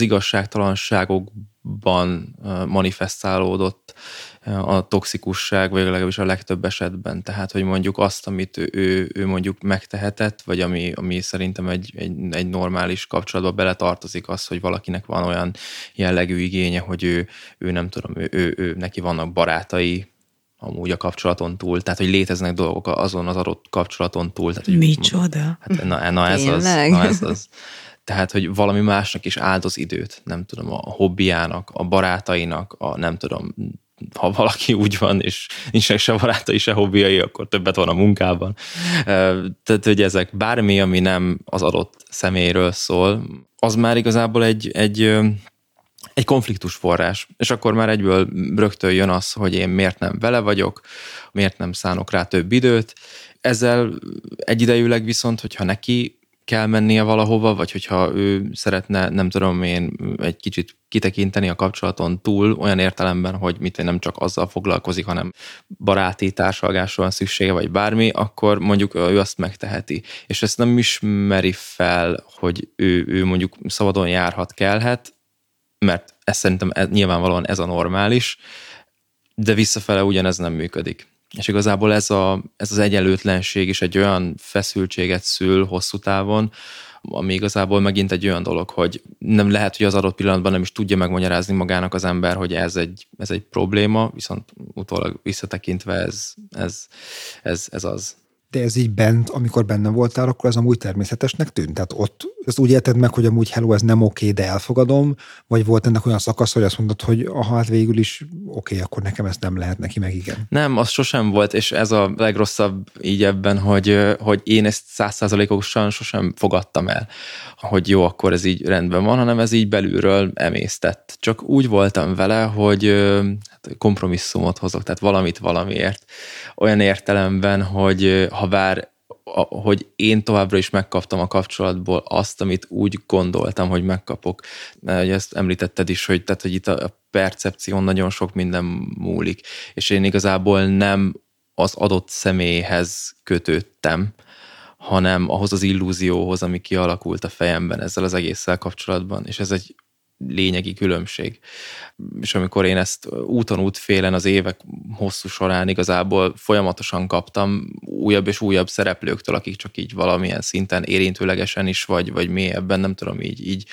igazságtalanságokban manifestálódott a toxikusság, vagy legalábbis a legtöbb esetben. Tehát, hogy mondjuk azt, amit ő, ő mondjuk megtehetett, vagy ami, ami szerintem egy, egy, egy normális kapcsolatba beletartozik az, hogy valakinek van olyan jellegű igénye, hogy ő, ő nem tudom, ő, ő, ő, neki vannak barátai, amúgy a kapcsolaton túl, tehát, hogy léteznek dolgok azon az adott kapcsolaton túl. Tehát, hogy, micsoda? Hát, na, na, ez az, na ez az. Tehát, hogy valami másnak is áldoz időt, nem tudom, a hobbiának, a barátainak, a nem tudom, ha valaki úgy van, és nincsenek se barátai, se hobbiai, akkor többet van a munkában. Tehát, hogy ezek bármi, ami nem az adott személyről szól, az már igazából egy, egy egy konfliktus forrás, és akkor már egyből rögtön jön az, hogy én miért nem vele vagyok, miért nem szánok rá több időt. Ezzel egyidejűleg viszont, hogyha neki kell mennie valahova, vagy hogyha ő szeretne, nem tudom én, egy kicsit kitekinteni a kapcsolaton túl, olyan értelemben, hogy mit nem csak azzal foglalkozik, hanem baráti társalgásra van szüksége, vagy bármi, akkor mondjuk ő azt megteheti. És ezt nem ismeri fel, hogy ő, ő mondjuk szabadon járhat, kellhet, mert ez szerintem ez, nyilvánvalóan ez a normális, de visszafele ugyanez nem működik. És igazából ez, a, ez az egyenlőtlenség is egy olyan feszültséget szül hosszú távon, ami igazából megint egy olyan dolog, hogy nem lehet, hogy az adott pillanatban nem is tudja megmagyarázni magának az ember, hogy ez egy, ez egy probléma, viszont utólag visszatekintve ez, ez, ez, ez az. De ez így bent, amikor benne voltál, akkor ez amúgy természetesnek tűnt? Tehát ott ezt úgy érted meg, hogy amúgy hello, ez nem oké, de elfogadom, vagy volt ennek olyan szakasz, hogy azt mondod, hogy aha, hát végül is oké, akkor nekem ezt nem lehet, neki meg igen. Nem, az sosem volt, és ez a legrosszabb így ebben, hogy, hogy én ezt száz százalékosan sosem fogadtam el, hogy jó, akkor ez így rendben van, hanem ez így belülről emésztett. Csak úgy voltam vele, hogy kompromisszumot hozok, tehát valamit valamiért. Olyan értelemben, hogy ha bár, hogy én továbbra is megkaptam a kapcsolatból azt, amit úgy gondoltam, hogy megkapok. Mert ezt említetted is, hogy, tehát, hogy itt a percepción nagyon sok minden múlik, és én igazából nem az adott személyhez kötődtem, hanem ahhoz az illúzióhoz, ami kialakult a fejemben ezzel az egésszel kapcsolatban, és ez egy lényegi különbség. És amikor én ezt úton útfélen az évek hosszú során igazából folyamatosan kaptam újabb és újabb szereplőktől, akik csak így valamilyen szinten érintőlegesen is, vagy, vagy mélyebben, nem tudom, így, így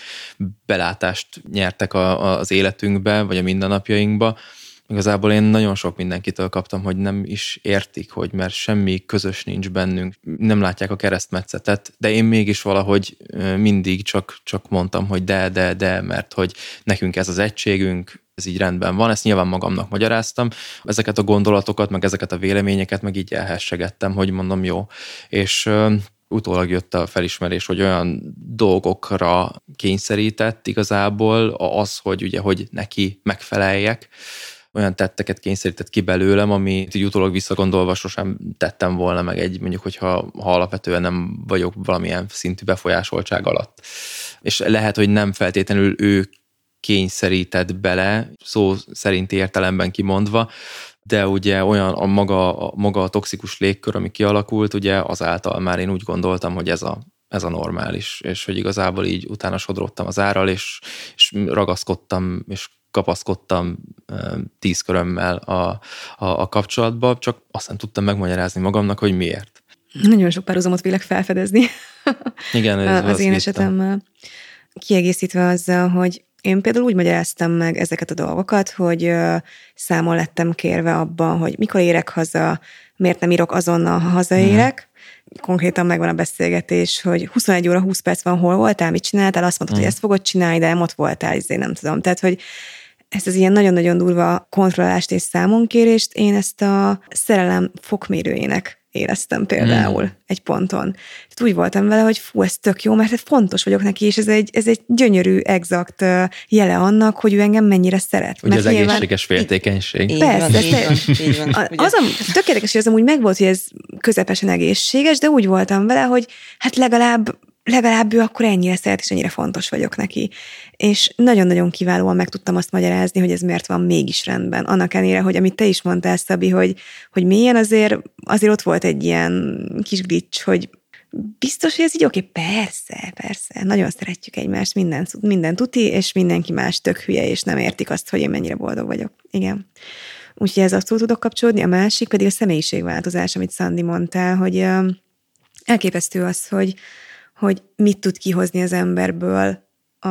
belátást nyertek a, az életünkbe, vagy a mindennapjainkba. Igazából én nagyon sok mindenkitől kaptam, hogy nem is értik, hogy mert semmi közös nincs bennünk, nem látják a keresztmetszetet, de én mégis valahogy mindig csak, csak mondtam, hogy de, de, de, mert hogy nekünk ez az egységünk, ez így rendben van, ezt nyilván magamnak magyaráztam, ezeket a gondolatokat, meg ezeket a véleményeket, meg így elhessegettem, hogy mondom jó, és utólag jött a felismerés, hogy olyan dolgokra kényszerített igazából az, hogy ugye, hogy neki megfeleljek, olyan tetteket kényszerített ki belőlem, amit így utólag visszagondolva sosem tettem volna meg egy, mondjuk, hogyha ha alapvetően nem vagyok valamilyen szintű befolyásoltság alatt. És lehet, hogy nem feltétlenül ő kényszerített bele, szó szerinti értelemben kimondva, de ugye olyan a maga, a maga a toxikus légkör, ami kialakult, ugye azáltal már én úgy gondoltam, hogy ez a, ez a normális, és hogy igazából így utána sodródtam az árral, és, és ragaszkodtam, és kapaszkodtam tíz körömmel a, a, a kapcsolatba, csak azt nem tudtam megmagyarázni magamnak, hogy miért. Nagyon sok párhuzamot vélek felfedezni. Igen, ez az én esetemmel. Kiegészítve azzal, hogy én például úgy magyaráztam meg ezeket a dolgokat, hogy számon lettem kérve abban, hogy mikor érek haza, miért nem írok azonnal, ha hazaérek. Hmm. Konkrétan megvan a beszélgetés, hogy huszonegy óra húsz perc van, hol voltál, mit csináltál, azt mondtad, hmm. hogy ezt fogod csinálni, de ott voltál, ezért nem tudom. Tehát, hogy ezt az ilyen nagyon-nagyon durva kontrollást és számonkérést én ezt a szerelem fokmérőjének éreztem például hmm. egy ponton. Tehát úgy voltam vele, hogy fú, ez tök jó, mert fontos vagyok neki, és ez egy, ez egy gyönyörű, exakt jele annak, hogy ő engem mennyire szeret. Ugye az nyilván... egészséges féltékenység. Persze, az tök érdekes, hogy az amúgy megvolt, hogy ez közepesen egészséges, de úgy voltam vele, hogy hát legalább legalább ő akkor ennyire szeret, és ennyire fontos vagyok neki. És nagyon-nagyon kiválóan meg tudtam azt magyarázni, hogy ez miért van mégis rendben. Annak ellenére, hogy amit te is mondtál, Szabi, hogy, hogy mélyen azért, azért ott volt egy ilyen kis glitch, hogy biztos, hogy ez így oké, okay, persze, persze, nagyon szeretjük egymást, minden, minden tuti, és mindenki más tök hülye, és nem értik azt, hogy én mennyire boldog vagyok. Igen. Úgyhogy ez abszolút tudok kapcsolódni, a másik pedig a személyiségváltozás, amit Szandi mondtál, hogy elképesztő az, hogy hogy mit tud kihozni az emberből a,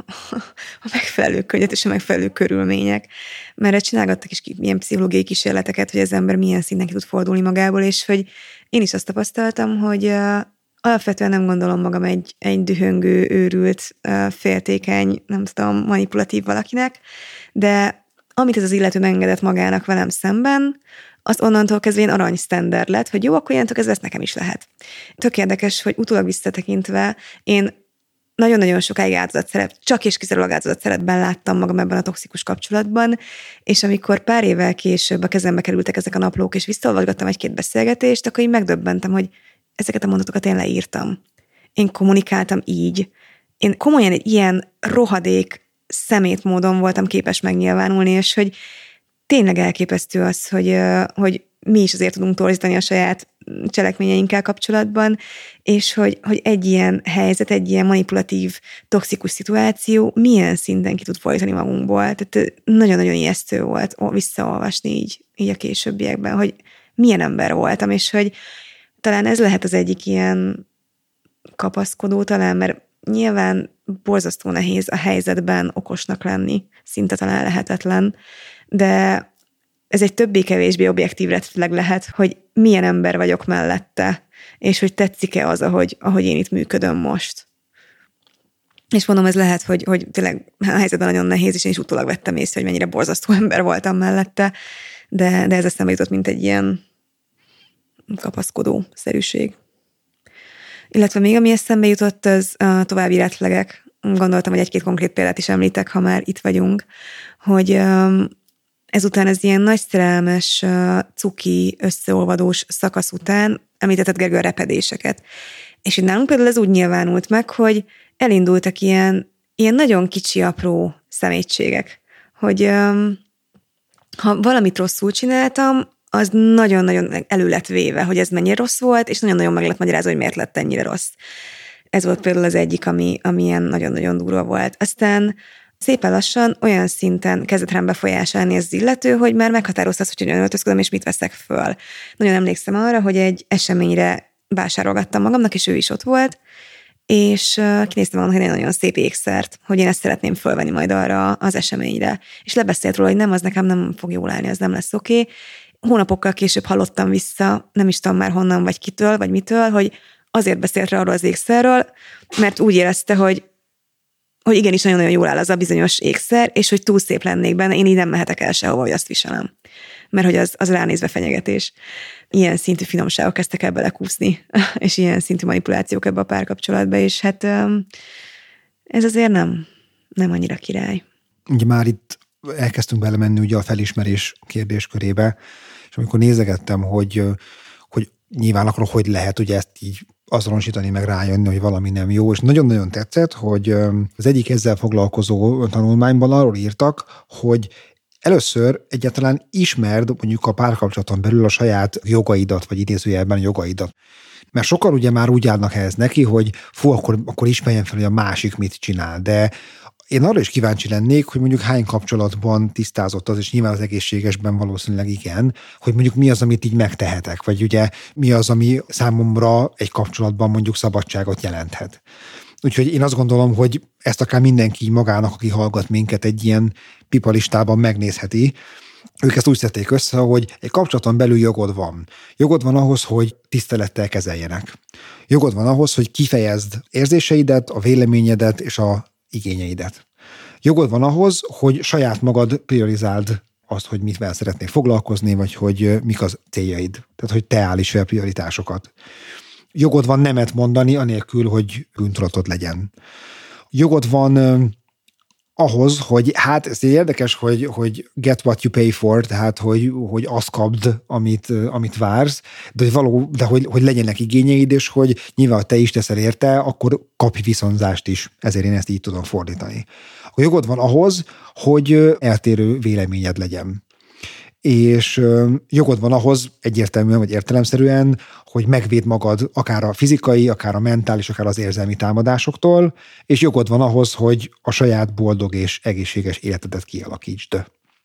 a megfelelő könnyet és a megfelelő körülmények. Mert csinálgattak is ilyen pszichológiai kísérleteket, hogy az ember milyen szinten ki tud fordulni magából, és hogy én is azt tapasztaltam, hogy uh, alapvetően nem gondolom magam egy, egy dühöngő, őrült, uh, féltékeny, nem tudom, manipulatív valakinek, de amit ez az illető engedett magának velem szemben, az onnantól kezdve ilyen arany sztender lett, hogy jó, akkor ilyentől kezdve ezt nekem is lehet. Tök érdekes, hogy utólag visszatekintve én nagyon-nagyon sokáig áldozatszerep, csak és kizárólag áldozatszerepben láttam magam ebben a toxikus kapcsolatban, és amikor pár évvel később a kezembe kerültek ezek a naplók, és visszaolvasgattam egy-két beszélgetést, akkor én megdöbbentem, hogy ezeket a mondatokat én leírtam. Én kommunikáltam így. Én komolyan egy ilyen rohadék szemét módon voltam képes megnyilvánulni, és hogy tényleg elképesztő az, hogy, hogy mi is azért tudunk torzítani a saját cselekményeinkkel kapcsolatban, és hogy, hogy egy ilyen helyzet, egy ilyen manipulatív, toxikus szituáció milyen szinten ki tud fordítani magunkból. Tehát nagyon-nagyon ijesztő volt visszaolvasni így, így a későbbiekben, hogy milyen ember voltam, és hogy talán ez lehet az egyik ilyen kapaszkodó talán, mert nyilván borzasztó nehéz a helyzetben okosnak lenni, szinte talán lehetetlen, de ez egy többé-kevésbé objektív refleg lehet, hogy milyen ember vagyok mellette, és hogy tetszik-e az, ahogy, ahogy én itt működöm most. És mondom, ez lehet, hogy, hogy tényleg a helyzetben nagyon nehéz, és én is utólag vettem észre, hogy mennyire borzasztó ember voltam mellette, de, de ez eszembe jutott, mint egy ilyen kapaszkodó-szerűség. Illetve még ami eszembe jutott, az a további reflegek. Gondoltam, hogy egy-két konkrét példát is említek, ha már itt vagyunk, hogy ezután ez ilyen nagy szerelmes, cuki, összeolvadós szakasz után említetted, Gergő, a repedéseket. És itt nálunk például ez úgy nyilvánult meg, hogy elindultak ilyen, ilyen nagyon kicsi, apró szemétségek, hogy ha valamit rosszul csináltam, az nagyon-nagyon elő lett véve, hogy ez mennyire rossz volt, és nagyon-nagyon meg lett magyarázva, hogy miért lett ennyire rossz. Ez volt például az egyik, ami, ami ilyen nagyon-nagyon durva volt. Aztán szépen lassan olyan szinten kezdett rám befolyásolni ez az illető, hogy már meghatároztad, hogy hogyan öltözködöm, és mit veszek föl. Nagyon emlékszem arra, hogy egy eseményre vásárolgattam magamnak, és ő is ott volt, és kinéztem volna, hogy egy nagyon szép ékszert, hogy én ezt szeretném fölvenni majd arra az eseményre. És lebeszélt róla, hogy nem, az nekem nem fog jól állni, az nem lesz oké. Okay. Hónapokkal később hallottam vissza, nem is tudom már honnan, vagy kitől, vagy mitől, hogy azért beszélt rá arról az ékszerről, mert úgy érezte, hogy hogy igenis nagyon-nagyon jól áll az a bizonyos ékszer, és hogy túl szép lennék benne, én így nem mehetek el sehova, hogy azt viselem. Mert hogy az, az ránézve fenyegetés. Ilyen szintű finomságok kezdtek el belekúszni, és ilyen szintű manipulációk ebbe a párkapcsolatba, és hát ez azért nem, nem annyira király. Ugye már itt elkezdtünk belemenni ugye a felismerés kérdéskörébe, és amikor nézegettem, hogy, hogy nyilván akkor hogy lehet ugye ezt így azonosítani, meg rájönni, hogy valami nem jó, és nagyon-nagyon tetszett, hogy az egyik ezzel foglalkozó tanulmányban arról írtak, hogy először egyáltalán ismerd mondjuk a párkapcsolaton belül a saját jogaidat, vagy idézőjelben jogaidat. Mert sokan ugye már úgy állnak ehhez neki, hogy fú, akkor, akkor ismerjen fel, hogy a másik mit csinál, de Én arra is kíváncsi lennék, hogy mondjuk hány kapcsolatban tisztázott az, és nyilván az egészségesben valószínűleg igen, hogy mondjuk mi az, amit így megtehetek, vagy ugye mi az, ami számomra egy kapcsolatban mondjuk szabadságot jelenthet. Úgyhogy én azt gondolom, hogy ezt akár mindenki magának, aki hallgat minket, egy ilyen pipalistában megnézheti. Ők ezt úgy szedték össze, hogy egy kapcsolaton belül jogod van. Jogod van ahhoz, hogy tisztelettel kezeljenek. Jogod van ahhoz, hogy kifejezd érzéseidet, a véleményedet és a igényeidet. Jogod van ahhoz, hogy saját magad priorizáld azt, hogy mitvel szeretnél foglalkozni, vagy hogy mik az céljaid. Tehát, hogy te állíts fel prioritásokat. Jogod van nemet mondani, anélkül, hogy bűntudatod legyen. Jogod van uh, ahhoz, hogy hát ez érdekes, hogy, hogy get what you pay for, tehát hogy, hogy azt kapd, amit, uh, amit vársz, de, hogy, való, de hogy, hogy legyenek igényeid, és hogy nyilván, ha te is teszel érte, akkor kapj viszonzást is. Ezért én ezt így tudom fordítani. A jogod van ahhoz, hogy uh, eltérő véleményed legyen. És jogod van ahhoz egyértelműen vagy értelemszerűen, hogy megvéd magad akár a fizikai, akár a mentális, akár az érzelmi támadásoktól, és jogod van ahhoz, hogy a saját boldog és egészséges életedet kialakítsd.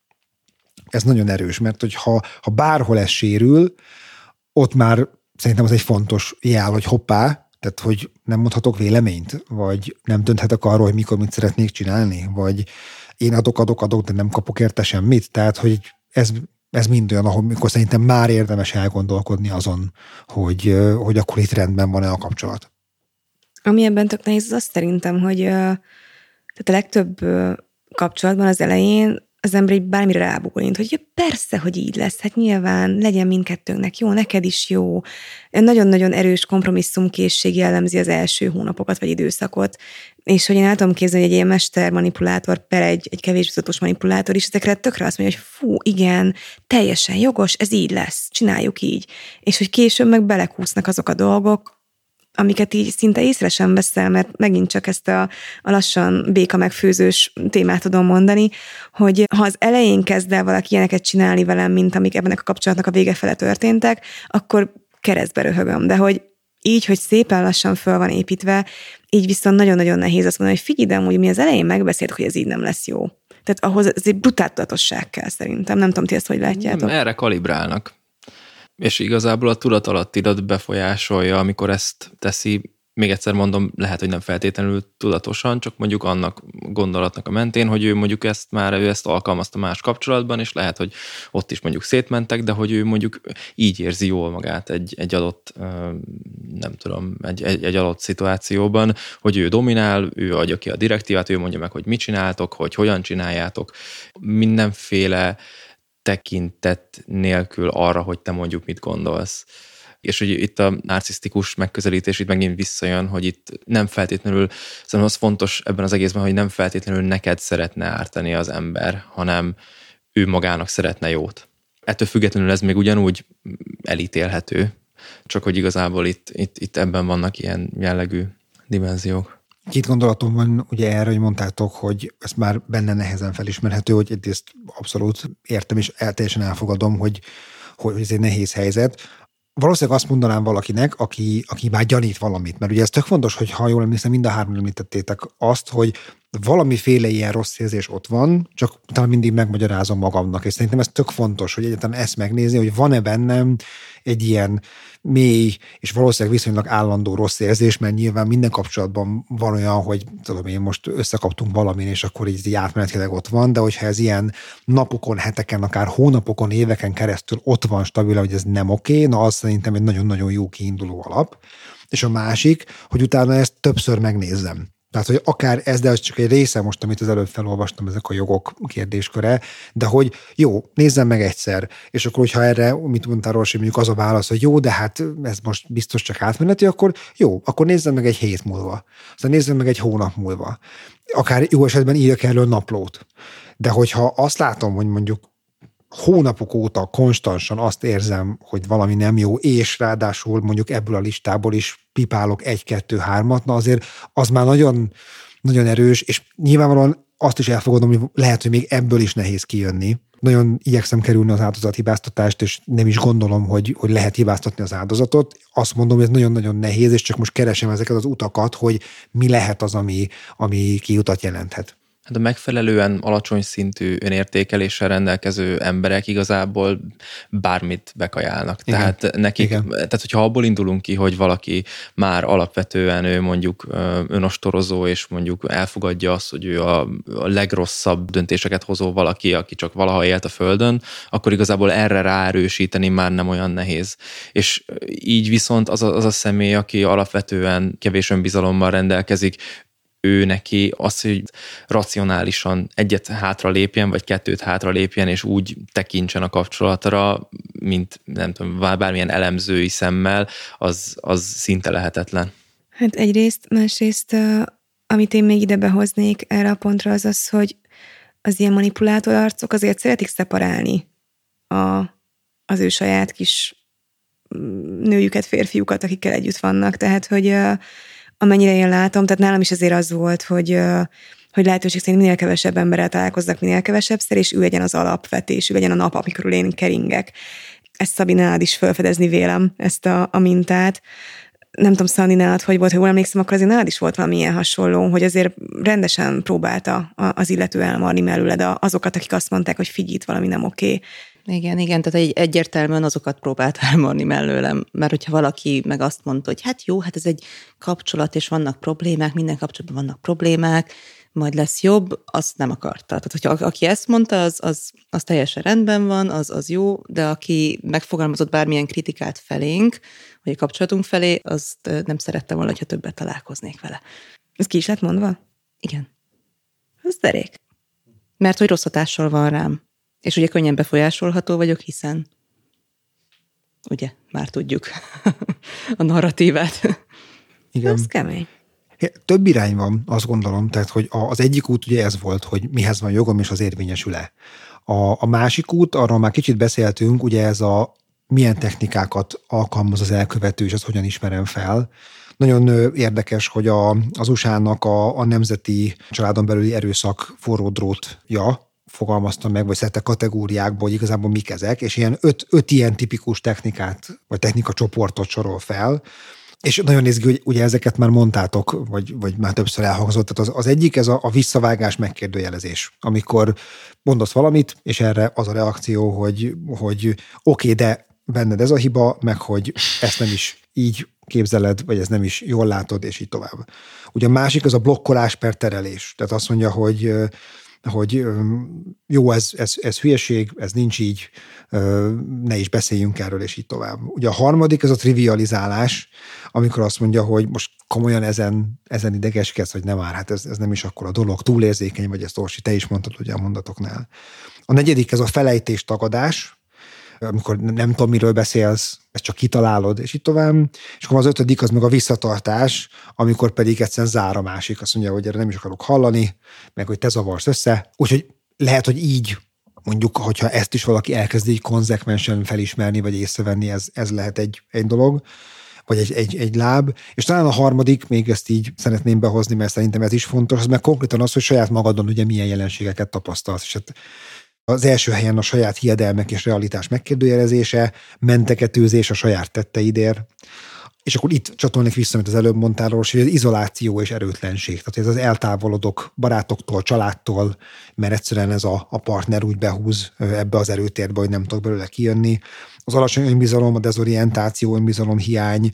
Ez nagyon erős, mert hogyha ha bárhol ez sérül, ott már szerintem az egy fontos jel, hogy hoppá, tehát hogy nem mondhatok véleményt, vagy nem dönthetek arról, hogy mikor mit szeretnék csinálni, vagy én adok, adok, adok, de nem kapok érte semmit. Tehát, hogy ez, ez mind olyan, ahol mikor szerintem már érdemes elgondolkodni azon, hogy, hogy akkor itt rendben van-e a kapcsolat. Ami ebben tök nehéz, az azt szerintem, hogy tehát a legtöbb kapcsolatban az elején az ember így bármire rábólint, hogy ja, persze, hogy így lesz, hát nyilván legyen mindkettőnknek jó, neked is jó. Nagyon-nagyon erős kompromisszumkészség jellemzi az első hónapokat vagy időszakot, és hogy én el tudom képzelni, hogy egy ilyen mestermanipulátor per egy, egy kevés tudatos manipulátor is ezekre tökre azt mondja, hogy fú, igen, teljesen jogos, ez így lesz, csináljuk így. És hogy később meg belekúsznak azok a dolgok, amiket így szinte észre sem veszel, mert megint csak ezt a, a lassan béka megfőzős témát tudom mondani, hogy ha az elején kezd el valaki ilyeneket csinálni velem, mint amik ebben a kapcsolatnak a vége fele történtek, akkor keresztbe röhögöm. De hogy így, hogy szépen lassan föl van építve, így viszont nagyon-nagyon nehéz azt mondani, hogy figyelj, de amúgy mi az elején megbeszéltük, hogy ez így nem lesz jó. Tehát ahhoz ez egy brutál tudatosság kell szerintem. Nem tudom, ti ezt hogy látjátok. Erre kalibrálnak. És igazából a tudatalattidat befolyásolja, amikor ezt teszi, még egyszer mondom, lehet, hogy nem feltétlenül tudatosan, csak mondjuk annak gondolatnak a mentén, hogy ő mondjuk ezt már, ő ezt alkalmazta más kapcsolatban, és lehet, hogy ott is mondjuk szétmentek, de hogy ő mondjuk így érzi jól magát egy, egy adott, nem tudom, egy, egy, egy adott szituációban, hogy ő dominál, ő adja ki a direktívát, ő mondja meg, hogy mit csináltok, hogy hogyan csináljátok, mindenféle tekintet nélkül arra, hogy te mondjuk mit gondolsz. És hogy itt a narcisztikus megközelítés itt megint visszajön, hogy itt nem feltétlenül, szerintem az fontos ebben az egészben, hogy nem feltétlenül neked szeretne ártani az ember, hanem ő magának szeretne jót. Ettől függetlenül ez még ugyanúgy elítélhető, csak hogy igazából itt, itt, itt ebben vannak ilyen jellegű dimenziók. Két gondolatom van ugye erre, hogy mondtátok, hogy ez már benne nehezen felismerhető, hogy egyrészt abszolút értem és teljesen elfogadom, hogy, hogy ez egy nehéz helyzet. Valószínűleg azt mondanám valakinek, aki, aki már gyanít valamit, mert ugye ez tök fontos, hogy ha jól emlékszem, mind a hárman említettétek azt, hogy valamiféle ilyen rossz érzés ott van, csak talán mindig megmagyarázom magamnak, és szerintem ez tök fontos, hogy egyáltalán ezt megnézni, hogy van-e bennem egy ilyen mély és valószínűleg viszonylag állandó rossz érzés, mert nyilván minden kapcsolatban van olyan, hogy tudom én, most összekaptunk valamin, és akkor így, így átmenetileg ott van, de hogyha ez ilyen napokon, heteken, akár hónapokon, éveken keresztül ott van stabil, hogy ez nem oké, na az szerintem egy nagyon-nagyon jó kiinduló alap. És a másik, hogy utána ezt többször megnézzem. Tehát, hogy akár ez, de az csak egy része most, amit az előbb felolvastam, ezek a jogok kérdésköre, de hogy jó, nézzem meg egyszer, és akkor, hogyha erre, mit mondtál, Orsi, mondjuk az a válasz, hogy jó, de hát ez most biztos csak átmeneti, akkor jó, akkor nézzem meg egy hét múlva. Aztán nézzem meg egy hónap múlva. Akár jó esetben írjak erről naplót. De hogyha azt látom, hogy mondjuk hónapok óta konstansan azt érzem, hogy valami nem jó, és ráadásul mondjuk ebből a listából is pipálok egy-kettő-hármat, na azért az már nagyon, nagyon erős, és nyilvánvalóan azt is elfogadom, hogy lehet, hogy még ebből is nehéz kijönni. Nagyon igyekszem kerülni az áldozathibáztatást, és nem is gondolom, hogy, hogy lehet hibáztatni az áldozatot. Azt mondom, hogy ez nagyon-nagyon nehéz, és csak most keresem ezeket az utakat, hogy mi lehet az, ami, ami kiutat jelenthet. Hát a megfelelően alacsony szintű önértékeléssel rendelkező emberek igazából bármit bekajálnak. Igen. Tehát nekik, Igen. tehát hogyha abból indulunk ki, hogy valaki már alapvetően ő mondjuk önostorozó, és mondjuk elfogadja azt, hogy ő a, a legrosszabb döntéseket hozó valaki, aki csak valaha élt a Földön, akkor igazából erre ráerősíteni már nem olyan nehéz. És így viszont az a, az a személy, aki alapvetően kevés önbizalommal rendelkezik, ő neki az, hogy racionálisan egyet hátra lépjen, vagy kettőt hátra lépjen, és úgy tekintsen a kapcsolatra, mint nem tudom, bármilyen elemzői szemmel, az, az szinte lehetetlen. Hát egyrészt, másrészt, amit én még ide behoznék erre a pontra, az az, hogy az ilyen manipulátor arcok azért szeretik szeparálni a, az ő saját kis nőjüket, férfiukat, akikkel együtt vannak. Tehát, hogy amennyire én látom, tehát nálam is azért az volt, hogy, hogy lehetőség szerint minél kevesebb emberrel találkozzak, minél kevesebbszer, és ő legyen az alapvetés, ő legyen a nap, amikor én keringek. Ezt Szabi nálad is felfedezni vélem, ezt a, a mintát. Nem tudom, Szandi, nálad hogy volt, ha jól emlékszem, akkor azért nálad is volt valami ilyen hasonló, hogy azért rendesen próbálta az illető elmarni mellőled azokat, akik azt mondták, hogy figyelj, valami nem oké. Igen, igen, tehát egy, egyértelműen azokat próbált elmarni mellőlem, mert hogyha valaki meg azt mondta, hogy hát jó, hát ez egy kapcsolat, és vannak problémák, minden kapcsolatban vannak problémák, majd lesz jobb, azt nem akarta. Tehát, hogyha aki ezt mondta, az, az, az teljesen rendben van, az, az jó, de aki megfogalmazott bármilyen kritikát felénk, vagy a kapcsolatunk felé, azt nem szerettem volna, hogyha többet találkoznék vele. Ez ki is lett mondva? Igen. Ez derék. Mert hogy rossz hatással van rám. És ugye könnyen befolyásolható vagyok, hiszen ugye, már tudjuk a narratívát. Igen. Ez kemény. Több irány van, azt gondolom, tehát, hogy az egyik út ugye ez volt, hogy mihez van jogom, és az érvényesül-e. A, a másik út, arról már kicsit beszéltünk, ugye ez a milyen technikákat alkalmaz az elkövető, és azt hogyan ismerem fel. Nagyon érdekes, hogy a, az u es á-nak a, a nemzeti családon belüli erőszak forró drótja fogalmazta meg, vagy szerte kategóriákból, hogy igazából mik ezek, és ilyen öt, öt ilyen tipikus technikát, vagy technikacsoportot sorol fel, és nagyon nézgi, hogy ugye ezeket már mondtátok, vagy, vagy már többször elhangzott. Tehát az, az egyik, ez a, a visszavágás megkérdőjelezés, amikor mondasz valamit, és erre az a reakció, hogy, hogy oké, okay, de benned ez a hiba, meg hogy ezt nem is így képzeled, vagy ez nem is jól látod, és így tovább. Ugye a másik, az a blokkolás per terelés. Tehát azt mondja, hogy hogy jó, ez, ez, ez hülyeség, ez nincs így, ne is beszéljünk erről, és így tovább. Ugye a harmadik, ez a trivializálás, amikor azt mondja, hogy most komolyan ezen, ezen idegeskedsz, hogy nem már, hát ez, ez nem is akkor a dolog, túlérzékeny, vagy ezt Orsi, te is mondtad ugye a mondatoknál. A negyedik, ez a felejtés tagadás, amikor nem tudom, miről beszélsz, ezt csak kitalálod, és így tovább. És akkor az ötödik, az meg a visszatartás, amikor pedig egyszerűen zár a másik. Azt mondja, hogy erre nem is akarok hallani, meg hogy te zavarsz össze. Úgyhogy lehet, hogy így, mondjuk, hogyha ezt is valaki elkezdi így konzekvensen felismerni, vagy észrevenni, ez, ez lehet egy, egy dolog, vagy egy, egy, egy láb. És talán a harmadik, még ezt így szeretném behozni, mert szerintem ez is fontos, az meg konkrétan az, hogy saját magadon ugye milyen jelenségeket tapasztalsz. És hát az első helyen a saját hiedelmek és realitás megkérdőjelezése, menteketőzés a saját tetteidért, és akkor itt csatolnék vissza, amit az előbb mondtál, hogy az izoláció és erőtlenség. Tehát ez az eltávolodok barátoktól, családtól, mert egyszerűen ez a, a partner úgy behúz ebbe az erőtérbe, hogy nem tudok belőle kijönni. Az alacsony önbizalom, a dezorientáció, önbizalom hiány,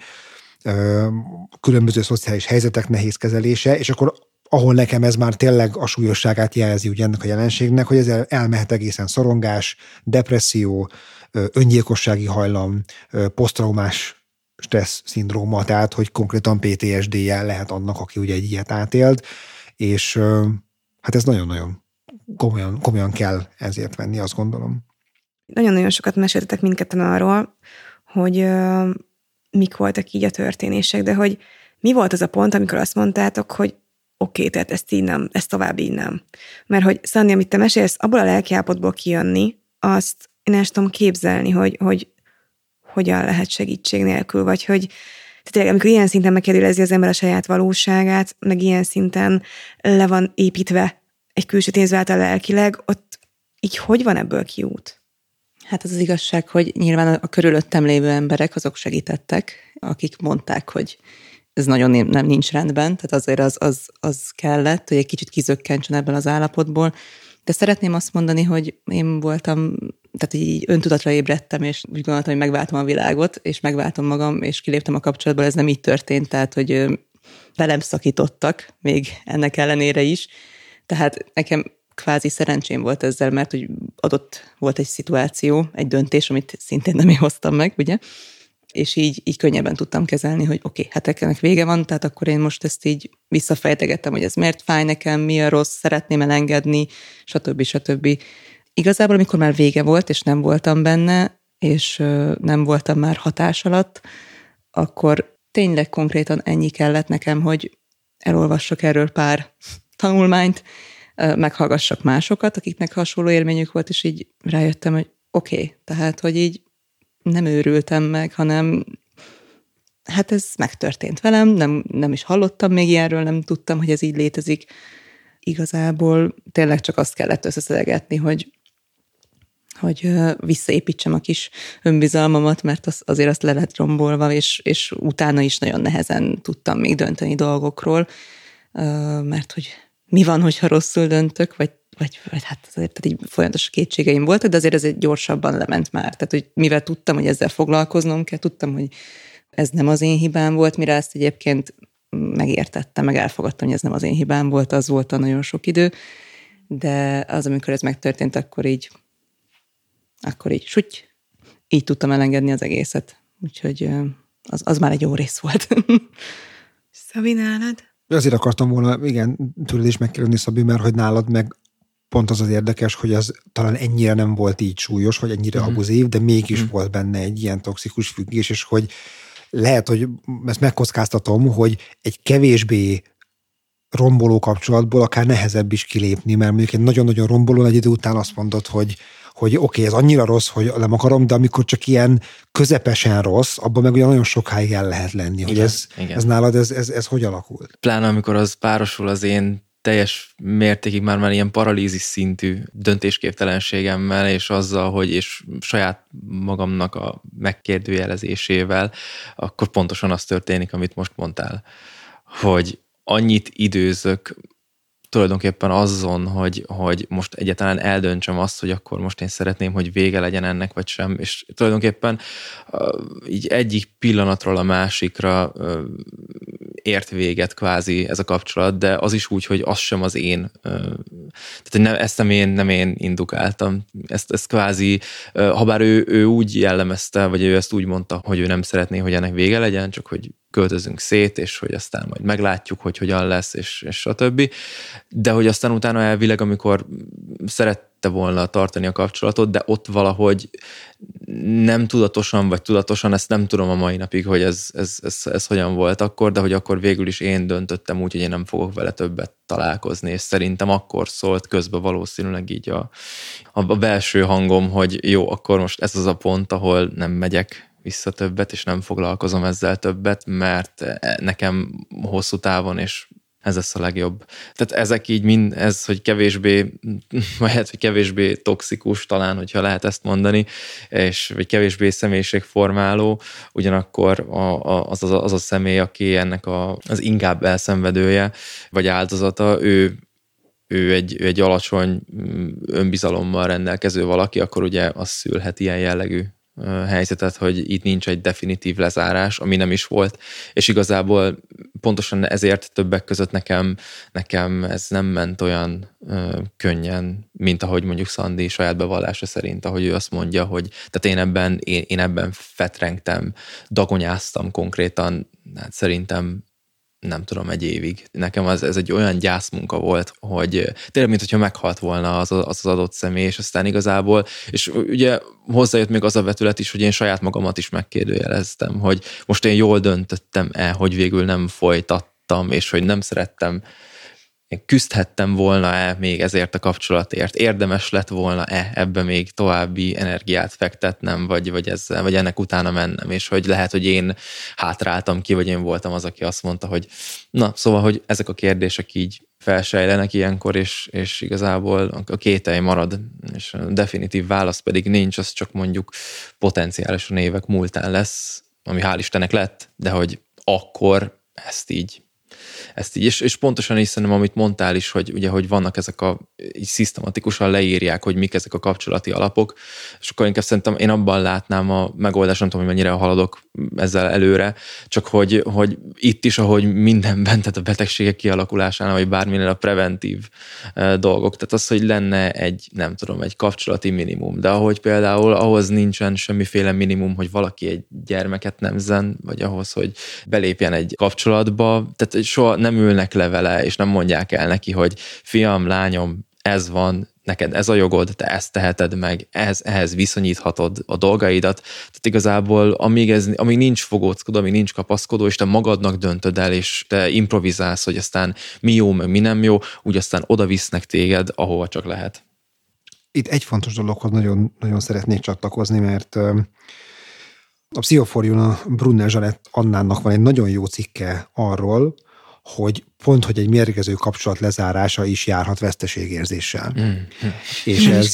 különböző szociális helyzetek nehéz kezelése, és akkor ahol nekem ez már tényleg a súlyosságát jelzi ugye ennek a jelenségnek, hogy ez elmehet egészen szorongás, depresszió, öngyilkossági hajlam, posztraumás stressz szindróma, tehát hogy konkrétan pé té es dé-jel lehet annak, aki ugye egy ilyet átélt, és hát ez nagyon-nagyon komolyan, komolyan kell ezért venni, azt gondolom. Nagyon-nagyon sokat meséltetek mindketten arról, hogy uh, mik voltak így a történések, de hogy mi volt az a pont, amikor azt mondtátok, hogy oké, okay, tehát ezt így nem, ezt tovább így nem. Mert hogy Szandi, amit te mesélsz, abból a lelkiállapotból kijönni, azt én el tudom képzelni, hogy, hogy hogyan lehet segítség nélkül, vagy hogy tehát amikor ilyen szinten megkérdőjelezi az ember a saját valóságát, meg ilyen szinten le van építve egy külső tényező által lelkileg, ott így hogy van ebből kiút? Hát az az igazság, hogy nyilván a körülöttem lévő emberek azok segítettek, akik mondták, hogy ez nagyon nem nincs rendben, tehát azért az, az, az kellett, hogy egy kicsit kizökkentsen ebből az állapotból. De szeretném azt mondani, hogy én voltam, tehát így öntudatra ébredtem, és úgy gondoltam, hogy megváltom a világot, és megváltom magam, és kiléptem a kapcsolatból, ez nem így történt, tehát hogy velem szakítottak, még ennek ellenére is. Tehát nekem kvázi szerencsém volt ezzel, mert hogy adott volt egy szituáció, egy döntés, amit szintén nem én hoztam meg, ugye? És így, így könnyebben tudtam kezelni, hogy oké, okay, hát ennek vége van, tehát akkor én most ezt így visszafejtegettem, hogy ez miért fáj nekem, mi a rossz, szeretném elengedni, stb. stb. Igazából, amikor már vége volt, és nem voltam benne, és nem voltam már hatás alatt, akkor tényleg konkrétan ennyi kellett nekem, hogy elolvassak erről pár tanulmányt, meghallgassak másokat, akiknek hasonló élményük volt, és így rájöttem, hogy oké, okay, tehát, hogy így nem őrültem meg, hanem hát ez megtörtént velem, nem, nem is hallottam még ilyenről, nem tudtam, hogy ez így létezik. Igazából tényleg csak azt kellett összeszedegetni, hogy, hogy visszaépítsem a kis önbizalmamat, mert az, azért azt le lett rombolva, és, és utána is nagyon nehezen tudtam még dönteni dolgokról, mert hogy mi van, hogyha rosszul döntök, vagy Vagy, vagy hát azért tehát így folyamatos kétségeim voltak, de azért ez egy gyorsabban lement már. Tehát, hogy mivel tudtam, hogy ezzel foglalkoznom kell, tudtam, hogy ez nem az én hibám volt, mire ezt egyébként megértettem, meg elfogadtam, hogy ez nem az én hibám volt, az volt a nagyon sok idő, de az, amikor ez megtörtént, akkor így, akkor így, süty, így tudtam elengedni az egészet. Úgyhogy az, az már egy jó rész volt. Szabi, nálad? Azért akartam volna, igen, tőled is megkérdezni, Szabi, mert hogy nálad meg pont az az érdekes, hogy az talán ennyire nem volt így súlyos, vagy ennyire mm-hmm. abuzív, de mégis mm-hmm. volt benne egy ilyen toxikus függés, és hogy lehet, hogy ezt megkockáztatom, hogy egy kevésbé romboló kapcsolatból akár nehezebb is kilépni, mert mondjuk egy nagyon-nagyon romboló egy idő után azt mondod, hogy hogy oké, okay, ez annyira rossz, hogy nem akarom, de amikor csak ilyen közepesen rossz, abban meg olyan nagyon sokáig el lehet lenni. Igen, hogy ez, ez nálad, ez, ez, ez hogy alakult? Pláne amikor az párosul az én teljes mértékig már már ilyen paralízis szintű döntésképtelenségemmel, és azzal, hogy és saját magamnak a megkérdőjelezésével, akkor pontosan az történik, amit most mondtál, hogy annyit időzök tulajdonképpen azon, hogy, hogy most egyáltalán eldöntsem azt, hogy akkor most én szeretném, hogy vége legyen ennek, vagy sem, és tulajdonképpen uh, így egyik pillanatról a másikra uh, ért véget kvázi ez a kapcsolat, de az is úgy, hogy az sem az én, uh, tehát nem, ezt nem én, nem én indukáltam, ezt, ezt kvázi, uh, habár ő, ő úgy jellemezte, vagy ő ezt úgy mondta, hogy ő nem szeretné, hogy ennek vége legyen, csak hogy költözünk szét, és hogy aztán majd meglátjuk, hogy hogyan lesz, és, és stb. De hogy aztán utána elvileg, amikor szerette volna tartani a kapcsolatot, de ott valahogy nem tudatosan, vagy tudatosan, ezt nem tudom a mai napig, hogy ez, ez, ez, ez hogyan volt akkor, de hogy akkor végül is én döntöttem úgy, hogy én nem fogok vele többet találkozni, és szerintem akkor szólt közben valószínűleg így a, a belső hangom, hogy jó, akkor most ez az a pont, ahol nem megyek vissza többet, és nem foglalkozom ezzel többet, mert nekem hosszú távon, és ez lesz a legjobb. Tehát ezek így mind, ez, hogy kevésbé, vagy hát, hogy kevésbé toxikus talán, hogyha lehet ezt mondani, és vagy kevésbé személyiségformáló, ugyanakkor a, a, az, az, az a személy, aki ennek a, az inkább elszenvedője, vagy áldozata, ő ő egy, ő egy alacsony önbizalommal rendelkező valaki, akkor ugye az szülhet ilyen jellegű helyzetet, hogy itt nincs egy definitív lezárás, ami nem is volt, és igazából pontosan ezért többek között nekem, nekem ez nem ment olyan ö, könnyen, mint ahogy mondjuk Szandi saját bevallása szerint, ahogy ő azt mondja, hogy tehát én ebben, én, én ebben fetrengtem, dagonyáztam konkrétan, hát szerintem nem tudom, egy évig. Nekem az, ez egy olyan gyászmunka volt, hogy tényleg, mint hogyha meghalt volna az, az az adott személy, és aztán igazából, és ugye hozzájött még az a vetület is, hogy én saját magamat is megkérdőjeleztem, hogy most én jól döntöttem-e, hogy végül nem folytattam, és hogy nem szerettem, én küzdhettem volna-e még ezért a kapcsolatért, érdemes lett volna-e ebbe még további energiát fektetnem, vagy, vagy, ezzel, vagy ennek utána mennem, és hogy lehet, hogy én hátráltam ki, vagy én voltam az, aki azt mondta, hogy na, szóval, hogy ezek a kérdések így felsejlenek ilyenkor, és, és igazából a kételj marad, és a definitív válasz pedig nincs, az csak mondjuk potenciálisan évek múltán lesz, ami hál' Istennek lett, de hogy akkor ezt így. Ezt így, és, és pontosan is szerintem, amit mondtál is, hogy ugye, hogy vannak ezek a, így szisztematikusan leírják, hogy mik ezek a kapcsolati alapok, és akkor inkább szerintem én abban látnám a megoldást, nem tudom, hogy mennyire haladok ezzel előre, csak hogy, hogy itt is, ahogy mindenben, tehát a betegségek kialakulásánál, vagy bárminél a preventív dolgok, tehát az, hogy lenne egy, nem tudom, egy kapcsolati minimum, de ahogy például ahhoz nincsen semmiféle minimum, hogy valaki egy gyermeket nemzzen, vagy ahhoz, hogy belépjen egy kapcsolatba, tehát soha nem ülnek le vele, és nem mondják el neki, hogy fiam, lányom, ez van, neked ez a jogod, te ezt teheted meg, ehhez, ehhez viszonyíthatod a dolgaidat. Tehát igazából, amíg, ez, amíg nincs fogóckodó, amíg nincs kapaszkodó, és te magadnak döntöd el, és te improvizálsz, hogy aztán mi jó, meg mi nem jó, úgy aztán oda visznek téged, ahova csak lehet. Itt egy fontos dologhoz nagyon, nagyon szeretnék csatlakozni, mert a Pszichoforjún a Brunner Zsanett Annának van egy nagyon jó cikke arról, hogy pont, hogy egy mérgező kapcsolat lezárása is járhat veszteségérzéssel. Mm. És ez,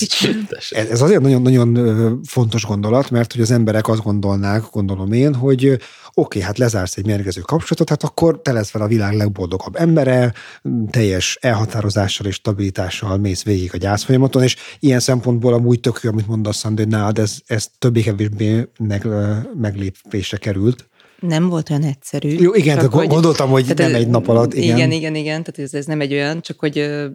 ez azért nagyon-nagyon fontos gondolat, mert hogy az emberek azt gondolnák, gondolom én, hogy oké, okay, hát lezársz egy mérgező kapcsolatot, hát akkor te lesz fel a világ legboldogabb embere, teljes elhatározással és stabilitással mész végig a gyászfolyamaton, és ilyen szempontból amúgy tök jó, amit mondasz, Szandi, hogy nálad ez, ez többé-kevésbé meg, meglépésre került. Nem volt olyan egyszerű. Jó, igen, csak hogy, gondoltam, hogy nem ez, egy nap alatt. Igen, igen, igen, igen tehát ez, ez nem egy olyan, csak hogy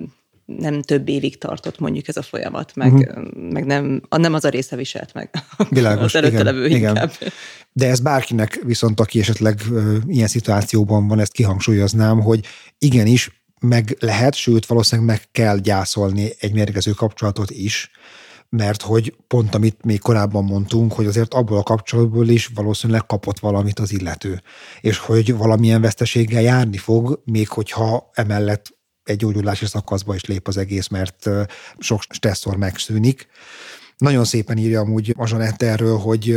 nem több évig tartott mondjuk ez a folyamat, meg, uh-huh. meg nem, nem az a része viselt meg. Világos, az előtte levő inkább. De ez bárkinek viszont, aki esetleg ilyen szituációban van, ezt kihangsúlyoznám, hogy igenis meg lehet, sőt valószínűleg meg kell gyászolni egy mérgező kapcsolatot is, mert hogy pont amit még korábban mondtunk, hogy azért abból a kapcsolatból is valószínűleg kapott valamit az illető, és hogy valamilyen veszteséggel járni fog, még hogyha emellett egy gyógyulási szakaszba is lép az egész, mert sok stresszor megszűnik. Nagyon szépen írja amúgy a Zsanett erről, hogy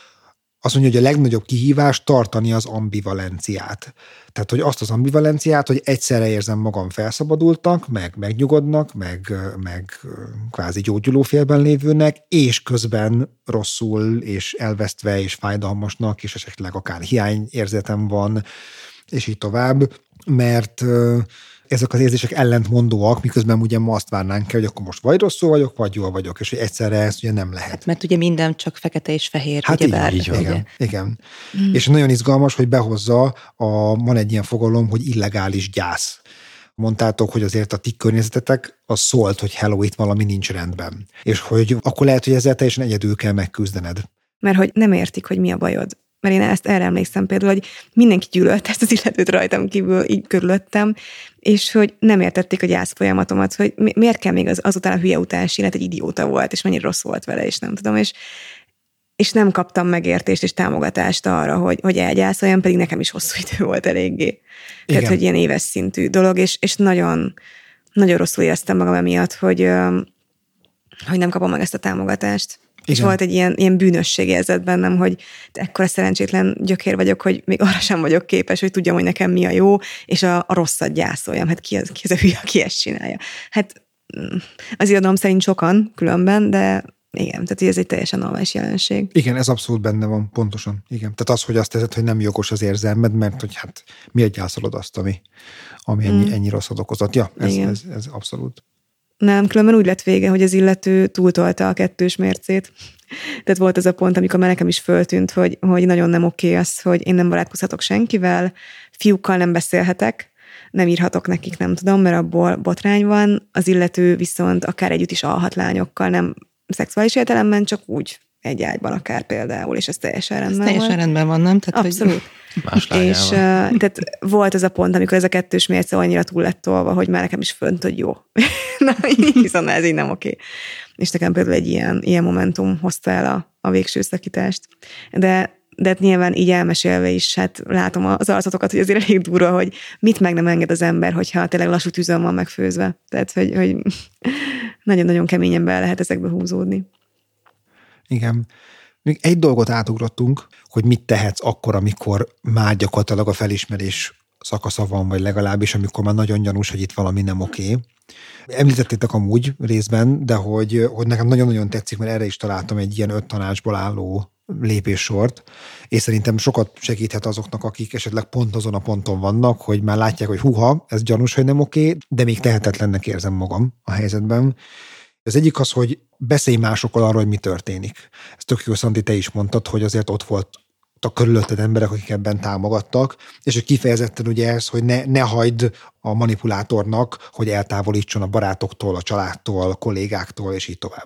azt mondja, hogy a legnagyobb kihívás tartani az ambivalenciát. Tehát, hogy azt az ambivalenciát, hogy egyszerre érzem magam felszabadultak, meg megnyugodnak, meg, meg kvázi gyógyulófélben lévőnek, és közben rosszul, és elvesztve, és fájdalmasnak, és esetleg akár hiányérzetem van, és így tovább, mert ezek az érzések ellentmondóak, miközben ugye ma azt várnánk el, hogy akkor most vagy rosszul vagyok, vagy jól vagyok, és hogy egyszerre ez ugye nem lehet. Hát, mert ugye minden csak fekete és fehér. Hát ugye így, bár, így van. Igen. igen. Mm. És nagyon izgalmas, hogy behozza, a, van egy ilyen fogalom, hogy illegális gyász. Mondtátok, hogy azért a ti környezetetek az szólt, hogy hello, itt valami nincs rendben. És hogy akkor lehet, hogy ezzel teljesen egyedül kell megküzdened. Mert hogy nem értik, hogy mi a bajod. Mert én ezt erre emlékszem például, hogy mindenki gyűlölt ezt az illetőt rajtam kívül, így körülöttem, és hogy nem értették a gyász folyamatomat, hogy miért kell még az, azután a hülye után sínet, egy idióta volt, és mennyire rossz volt vele, és nem tudom, és, és nem kaptam megértést és támogatást arra, hogy, hogy elgyászoljam, pedig nekem is hosszú idő volt eléggé. Igen. Tehát, hogy ilyen éves szintű dolog, és, és nagyon, nagyon rosszul éreztem magam emiatt, hogy, hogy nem kapom meg ezt a támogatást. Igen. És volt egy ilyen, ilyen bűnösségérzet bennem, hogy ekkora szerencsétlen gyökér vagyok, hogy még arra sem vagyok képes, hogy tudjam, hogy nekem mi a jó, és a, a rosszat gyászoljam. Hát ki az, ki az a hülye, aki ezt csinálja? Hát az irodalom szerint sokan különben, de igen, tehát ez egy teljesen normális jelenség. Igen, ez abszolút benne van, pontosan. Igen. Tehát az, hogy azt teszed, hogy nem jogos az érzelmed, mert hogy hát miért gyászolod azt, ami, ami ennyi, mm. ennyi rosszat okozott. Ja, ez, ez, ez abszolút. Nem, különben úgy lett vége, hogy az illető túltolta a kettős mércét. Tehát volt az a pont, amikor már nekem is föltűnt, hogy, hogy nagyon nem oké az, hogy én nem barátkozhatok senkivel, fiúkkal nem beszélhetek, nem írhatok nekik, nem tudom, mert abból botrány van, az illető viszont akár együtt is alhat lányokkal, nem szexuális értelemben, csak úgy egy ágyban akár például, és ez teljesen rendben ez teljesen van. rendben van, nem? Tehát, abszolút. Más és uh, tehát volt az a pont, amikor ez a kettős mérce annyira túl lett tolva, hogy már nekem is fönt, hogy jó. Na, viszont ez így nem oké. És nekem például egy ilyen, ilyen momentum hozta el a, a végső szakítást. De, de hát nyilván így elmesélve is, hát látom az arcotokat, hogy azért elég durva, hogy mit meg nem enged az ember, hogyha tényleg lassú tűzön van megfőzve. Tehát, hogy, hogy nagyon-nagyon keményen be lehet ezekbe húzódni. Igen. Még egy dolgot átugrottunk, hogy mit tehetsz akkor, amikor már gyakorlatilag a felismerés szakasza van, vagy legalábbis amikor már nagyon gyanús, hogy itt valami nem oké. Említettétek amúgy részben, de hogy, hogy nekem nagyon-nagyon tetszik, mert erre is találtam egy ilyen öt tanácsból álló lépéssort, és szerintem sokat segíthet azoknak, akik esetleg pont azon a ponton vannak, hogy már látják, hogy huha, ez gyanús, hogy nem oké, de még tehetetlennek érzem magam a helyzetben. Az egyik az, hogy beszélj másokkal arról, hogy mi történik. Ez tök jó, Szandi, te is mondtad, hogy azért ott volt a körülötted emberek, akik ebben támogattak, és hogy kifejezetten ugye ez, hogy ne, ne hagyd a manipulátornak, hogy eltávolítson a barátoktól, a családtól, a kollégáktól, és így tovább.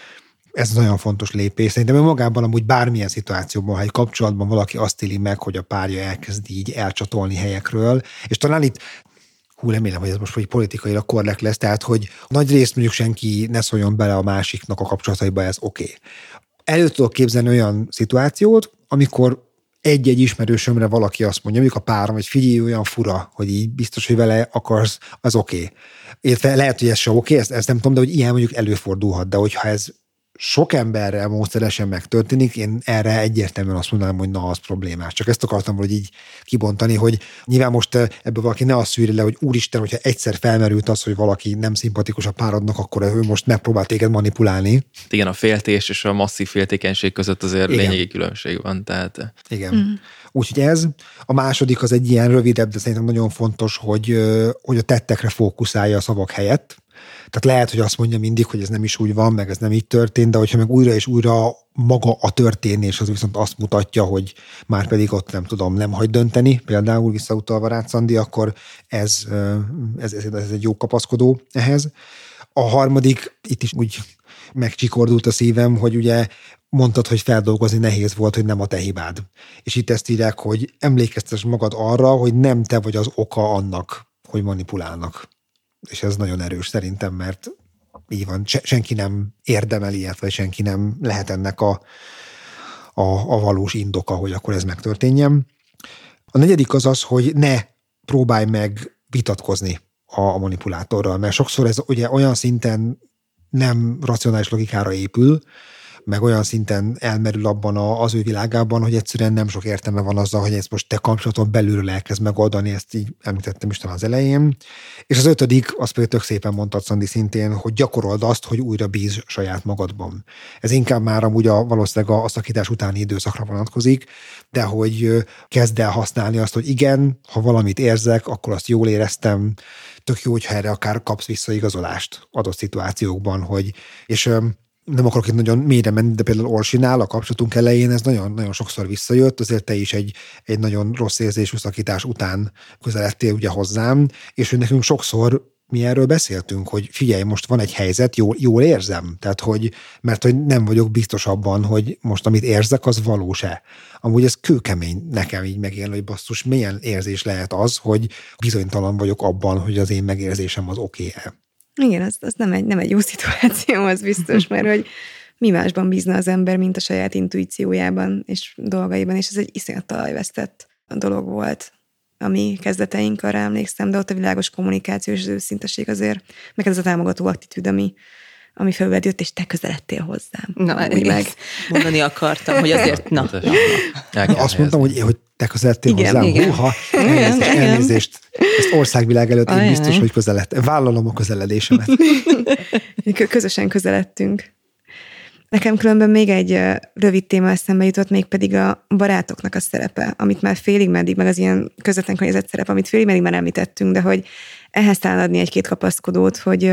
Ez nagyon fontos lépés. Szerintem magában amúgy bármilyen szituációban, ha egy kapcsolatban valaki azt éli meg, hogy a párja elkezd így elcsatolni helyekről, és talán itt hú, remélem, hogy ez most hogy politikailag korrekt lesz, tehát, hogy nagy részt mondjuk senki ne szóljon bele a másiknak a kapcsolataiba, ez oké. Okay. Elő tudok képzelni olyan szituációt, amikor egy-egy ismerősömre valaki azt mondja, mondjuk a párom, hogy figyelj, olyan fura, hogy így biztos, hogy vele akarsz, az oké. Okay. Lehet, hogy ez se oké, okay, ezt, ezt nem tudom, de hogy ilyen mondjuk előfordulhat, de hogyha ez sok emberrel módszeresen megtörténik, én erre egyértelműen azt mondanám, hogy na, az problémás. Csak ezt akartam valahogy így kibontani, hogy nyilván most ebből valaki ne azt szűri le, hogy úristen, hogyha egyszer felmerült az, hogy valaki nem szimpatikus a párodnak, akkor ő most megpróbál téged manipulálni. Igen, a féltés és a masszív féltékenység között azért Igen. lényegi különbség van. Tehát... Igen. Mm. Úgyhogy ez. A második az egy ilyen rövidebb, de szerintem nagyon fontos, hogy, hogy a tettekre fókuszálja a szavak helyett. Tehát lehet, hogy azt mondja mindig, hogy ez nem is úgy van, meg ez nem így történt, de hogyha meg újra és újra maga a történés, az viszont azt mutatja, hogy már pedig ott nem tudom, nem hagy dönteni, például visszautalva rád, Szandi, akkor ez, ez, ez, ez egy jó kapaszkodó ehhez. A harmadik, itt is úgy megcsikordult a szívem, hogy ugye mondtad, hogy feldolgozni nehéz volt, hogy nem a te hibád. És itt ezt írják, hogy emlékeztes magad arra, hogy nem te vagy az oka annak, hogy manipulálnak. És ez nagyon erős szerintem, mert így van, senki nem érdemel ilyet, vagy senki nem lehet ennek a, a, a valós indoka, hogy akkor ez megtörténjen. A negyedik az az, hogy ne próbálj meg vitatkozni a, a manipulátorral, mert sokszor ez ugye olyan szinten nem racionális logikára épül, meg olyan szinten elmerül abban a, az ő világában, hogy egyszerűen nem sok értelme van azzal, hogy ezt most te kapcsolaton belülről elkezd megoldani, ezt így említettem is talán az elején. És az ötödik, azt pedig tök szépen mondtad, Szandi, szintén, hogy gyakorold azt, hogy újra bíz saját magadban. Ez inkább már amúgy a, valószínűleg a, a szakítás utáni időszakra vonatkozik, de hogy kezd el használni azt, hogy igen, ha valamit érzek, akkor azt jól éreztem, tök jó, hogyha erre akár kapsz visszaigazolást adott szituációkban, hogy, és nem akarok itt nagyon mélyre menni, de például Orsinál a kapcsolatunk elején ez nagyon, nagyon sokszor visszajött, azért te is egy, egy nagyon rossz érzésű szakítás után közeledtél ugye hozzám, és hogy nekünk sokszor mi erről beszéltünk, hogy figyelj, most van egy helyzet, jól, jól érzem, tehát hogy, mert hogy nem vagyok biztos abban, hogy most amit érzek, az valós-e. Amúgy ez kőkemény nekem így megélni, hogy basszus, milyen érzés lehet az, hogy bizonytalan vagyok abban, hogy az én megérzésem az oké-e. Igen, az, az nem, egy, nem egy jó szituáció, az biztos, mert hogy mi másban bízna az ember, mint a saját intuíciójában és dolgaiban, és ez egy iszonyat talajvesztett dolog volt, ami kezdeteink arra emlékszem, de ott a világos kommunikáció és az őszinteség azért, meg ez a támogató attitűd, ami, ami felüled jött, és te közeledtél hozzám. Na, úgy meg mondani akartam, hogy azért, na. na. Azt mondtam, hogy, hogy te közeledtél igen, hozzám. Igen. Húha, elnézést, igen, elnézést. Ezt országvilág előtt én Ajaj. biztos, hogy közeledtem. Vállalom a közeledésemet. Közösen közeledtünk. Nekem különben még egy rövid téma eszembe jutott, mégpedig a barátoknak a szerepe, amit már félig meddig, meg az ilyen közvetlen környezet szerep, amit félig meddig már említettünk, de hogy ehhez talán adni egy-két kapaszkodót, hogy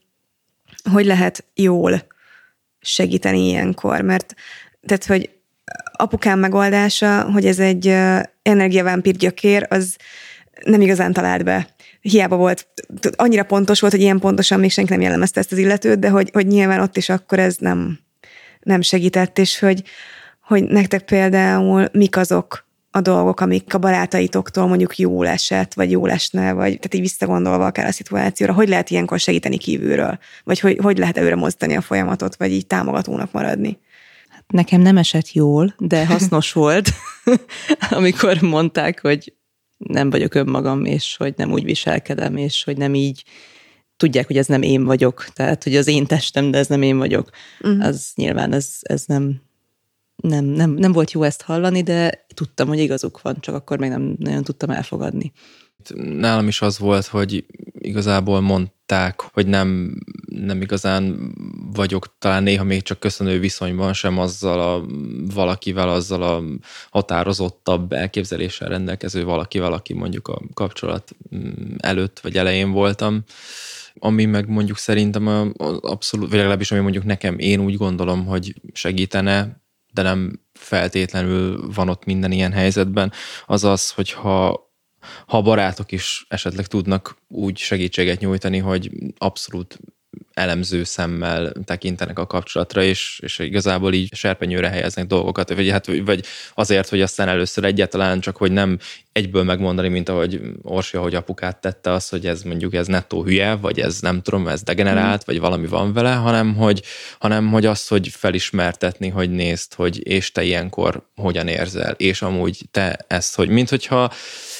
hogy lehet jól segíteni ilyenkor, mert tehát, hogy apukám megoldása, hogy ez egy energiavámpír gyökér, az nem igazán talált be. Hiába volt, annyira pontos volt, hogy ilyen pontosan még senki nem jellemezte ezt az illetőt, de hogy, hogy nyilván ott is akkor ez nem, nem segített, és hogy, hogy nektek például mik azok a dolgok, amik a barátaitoktól mondjuk jól esett, vagy jól esne, vagy tehát így visszagondolva akár a szituációra, hogy lehet ilyenkor segíteni kívülről, vagy hogy, hogy lehet előre mozdítani a folyamatot, vagy így támogatónak maradni. Nekem nem esett jól, de hasznos volt, amikor mondták, hogy nem vagyok önmagam, és hogy nem úgy viselkedem, és hogy nem így tudják, hogy ez nem én vagyok. Tehát, hogy az én testem, de ez nem én vagyok. Uh-huh. Az nyilván ez, ez nem, nem, nem, nem volt jó ezt hallani, de tudtam, hogy igazuk van, csak akkor még nem nagyon tudtam elfogadni. Nálam is az volt, hogy igazából mondták, hogy nem, nem igazán vagyok talán néha még csak köszönő viszonyban sem azzal a valakivel, azzal a határozottabb elképzeléssel rendelkező valakivel, aki mondjuk a kapcsolat előtt vagy elején voltam. Ami meg mondjuk szerintem a, a abszolút, vagy legalábbis ami mondjuk nekem, én úgy gondolom, hogy segítene, de nem feltétlenül van ott minden ilyen helyzetben, az az, hogyha ha a barátok is esetleg tudnak úgy segítséget nyújtani, hogy abszolút elemző szemmel tekintenek a kapcsolatra, és, és igazából így serpenyőre helyeznek dolgokat, vagy, hát, vagy azért, hogy aztán először egyáltalán csak, hogy nem egyből megmondani, mint ahogy Orsi, ahogy apukát tette az, hogy ez mondjuk ez nettó hülye, vagy ez nem tudom, ez degenerált, mm. vagy valami van vele, hanem hogy, hanem hogy azt, hogy felismertetni, hogy nézd, hogy és te ilyenkor hogyan érzel, és amúgy te ezt, hogy mint hogyha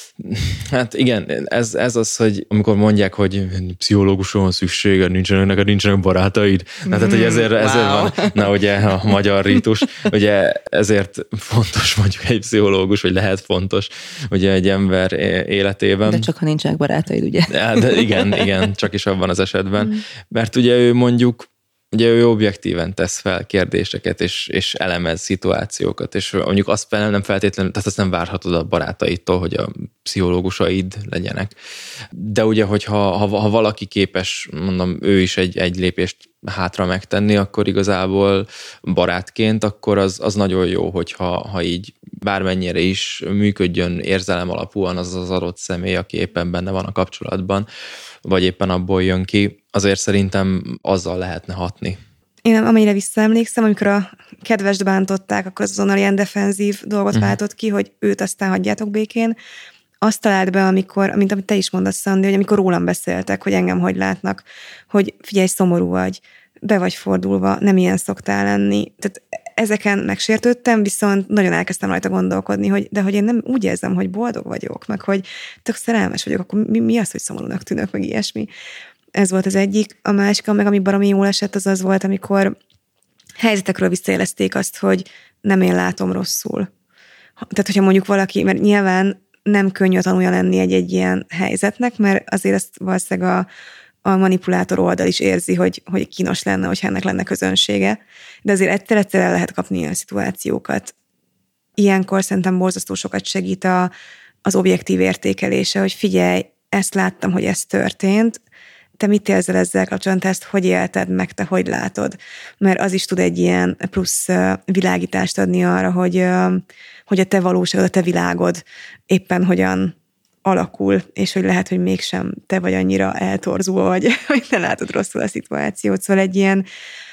hát igen, ez, ez az, hogy amikor mondják, hogy pszichológusra van szükséged, nincsenek, neked nincsenek barátaid. Mm, hát, tehát, hogy ezért, wow. ezért van, na ugye a magyar rítus, ugye ezért fontos mondjuk egy pszichológus, vagy lehet fontos ugye egy ember életében. De csak ha nincsenek barátaid, ugye? De, de igen, igen, csak is abban az esetben. Mm. Mert ugye ő mondjuk Ugye ő objektíven tesz fel kérdéseket, és, és elemez szituációkat, és mondjuk azt fel nem feltétlenül, tehát azt nem várhatod a barátaidtól, hogy a pszichológusaid legyenek. De ugye, hogyha ha, ha valaki képes, mondom, ő is egy, egy lépést hátra megtenni, akkor igazából barátként, akkor az, az nagyon jó, hogyha ha így bármennyire is működjön érzelem alapúan az az adott személy, aki éppen benne van a kapcsolatban, vagy éppen abból jön ki, azért szerintem azzal lehetne hatni. Én amennyire visszaemlékszem, amikor a kedvest bántották, akkor azonnal ilyen defenzív dolgot uh-huh. váltott ki, hogy őt aztán hagyjátok békén. Azt talált be, amikor, amit, amit te is mondasz, Szandi, hogy amikor rólam beszéltek, hogy engem hogy látnak, hogy figyelj, szomorú vagy, be vagy fordulva, nem ilyen szoktál lenni. Tehát ezeken megsértődtem, viszont nagyon elkezdtem rajta gondolkodni, hogy de hogy én nem úgy érzem, hogy boldog vagyok, meg hogy tök szerelmes vagyok, akkor mi, mi az, hogy szomorúnak tűnök, meg ilyesmi. Ez volt az egyik. A másik, meg ami baromi jól esett, az az volt, amikor helyzetekről visszajelezték azt, hogy nem én látom rosszul. Tehát, hogyha mondjuk valaki, mert nyilván nem könnyű tanulja lenni egy-egy ilyen helyzetnek, mert azért ezt valószínűleg a a manipulátor oldal is érzi, hogy, hogy kínos lenne, hogyha ennek lenne közönsége. De azért egyszer-egyszer el lehet kapni ilyen szituációkat. Ilyenkor szerintem borzasztó sokat segít a, az objektív értékelése, hogy figyelj, ezt láttam, hogy ez történt, te mit érzel ezzel kapcsolatban, te ezt hogy élted meg, te hogy látod? Mert az is tud egy ilyen plusz világítást adni arra, hogy, hogy a te valóságod, a te világod éppen hogyan alakul, és hogy lehet, hogy mégsem te vagy annyira eltorzulva, vagy hogy ne látod rosszul a szituációt. Szóval egy ilyen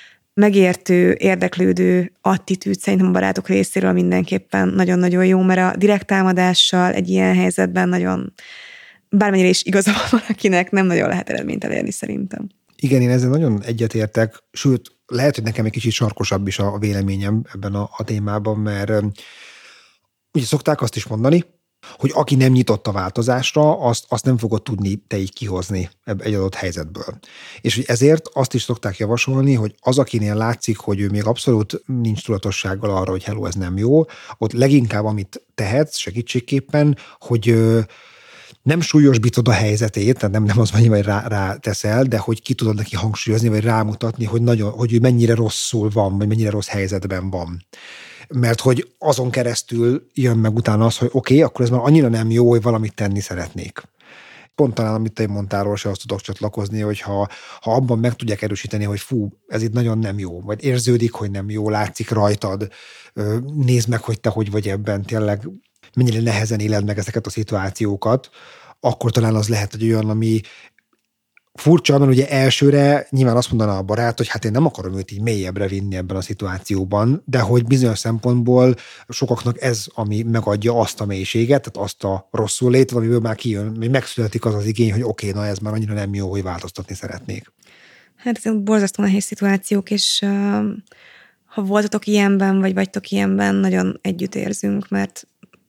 megértő, érdeklődő attitűd szerintem a barátok részéről mindenképpen nagyon-nagyon jó, mert a direkt támadással egy ilyen helyzetben nagyon, bármennyire is igaza van valakinek, nem nagyon lehet eredményt elérni szerintem. Igen, én ezzel nagyon egyetértek, sőt, lehet, hogy nekem egy kicsit sarkosabb is a véleményem ebben a, a témában, mert ugye szokták azt is mondani, hogy aki nem nyitott a változásra, azt, azt nem fogod tudni te így kihozni egy adott helyzetből. És hogy ezért azt is szokták javasolni, hogy az, akinél látszik, hogy ő még abszolút nincs tudatossággal arra, hogy hello, ez nem jó, ott leginkább amit tehetsz segítségképpen, hogy nem súlyosbítod a helyzetét, tehát nem, nem az, hogy rá, rá teszel, de hogy ki tudod neki hangsúlyozni, vagy rámutatni, hogy, nagyon, hogy ő mennyire rosszul van, vagy mennyire rossz helyzetben van. Mert hogy azon keresztül jön meg utána az, hogy oké, okay, akkor ez már annyira nem jó, hogy valamit tenni szeretnék. Pont talán, amit te mondtál, se azt tudok csatlakozni, hogy ha, ha abban meg tudják erősíteni, hogy fú, ez itt nagyon nem jó, vagy érződik, hogy nem jó, látszik rajtad, nézd meg, hogy te hogy vagy ebben, tényleg mennyire nehezen éled meg ezeket a szituációkat, akkor talán az lehet, hogy olyan, ami furcsa, mert ugye elsőre nyilván azt mondaná a barát, hogy hát én nem akarom őt így mélyebbre vinni ebben a szituációban, de hogy bizonyos szempontból sokaknak ez, ami megadja azt a mélységet, tehát azt a rosszul létet, amiből már kijön, hogy megszületik az az igény, hogy oké, okay, na ez már annyira nem jó, hogy változtatni szeretnék. Hát ez borzasztó nehéz szituációk, és uh, ha voltatok ilyenben, vagy vagytok ilyenben, nagyon együtt érzünk, mert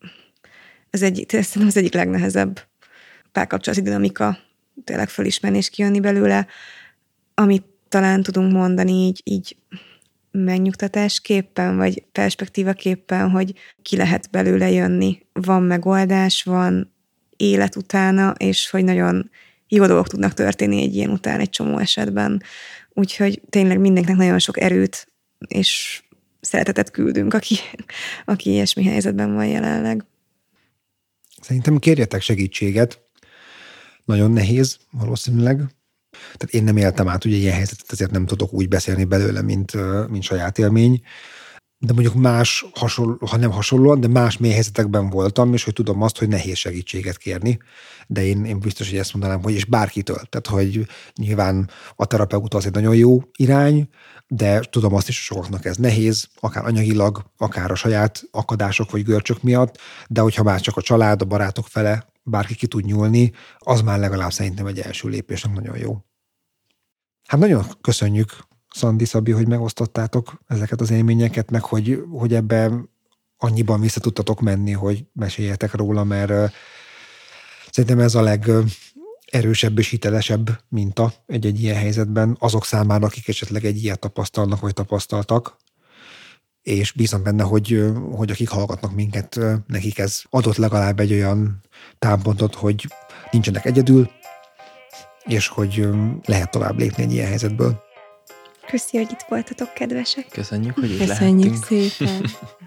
ez, egy, ez az egyik legnehezebb párkapcsolati dinamika, tényleg fölismerni és kijönni belőle, amit talán tudunk mondani így, így megnyugtatásképpen, vagy perspektívaképpen, hogy ki lehet belőle jönni. Van megoldás, van élet utána, és hogy nagyon jó dolgok tudnak történni egy ilyen után egy csomó esetben. Úgyhogy tényleg mindenkinek nagyon sok erőt és szeretetet küldünk, aki, aki ilyesmi helyzetben van jelenleg. Szerintem kérjetek segítséget. Nagyon nehéz valószínűleg. Tehát én nem éltem át ugye ilyen helyzetet, ezért nem tudok úgy beszélni belőle, mint, mint saját élmény. De mondjuk más, hasonló, ha nem hasonlóan, de más mély helyzetekben voltam, és hogy tudom azt, hogy nehéz segítséget kérni. De én, én biztos, hogy ezt mondanám, hogy és bárkitől. Tehát, hogy nyilván a terapeuta az egy nagyon jó irány, de tudom azt is, hogy sokaknak ez nehéz, akár anyagilag, akár a saját akadások vagy görcsök miatt, de hogyha már csak a család, a barátok fele bárki ki tud nyúlni, az már legalább szerintem egy első lépésnek nagyon jó. Hát nagyon köszönjük, Szandi, Szabi, hogy megosztottátok ezeket az élményeket, meg hogy, hogy ebben annyiban vissza tudtatok menni, hogy meséljetek róla, mert szerintem ez a legerősebb és hitelesebb minta egy-egy ilyen helyzetben azok számára, akik esetleg egy ilyet tapasztalnak, vagy tapasztaltak, és bízom benne, hogy, hogy akik hallgatnak minket, nekik ez adott legalább egy olyan támpontot, hogy nincsenek egyedül, és hogy lehet tovább lépni egy ilyen helyzetből. Köszi, hogy itt voltatok, kedvesek. Köszönjük, hogy itt Köszönjük lehettünk. szépen.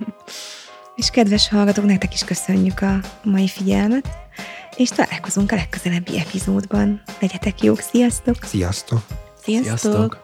És kedves hallgatók, nektek is köszönjük a mai figyelmet, és találkozunk a legközelebbi epizódban. Legyetek jók, sziasztok! Sziasztok! Sziasztok! Sziasztok!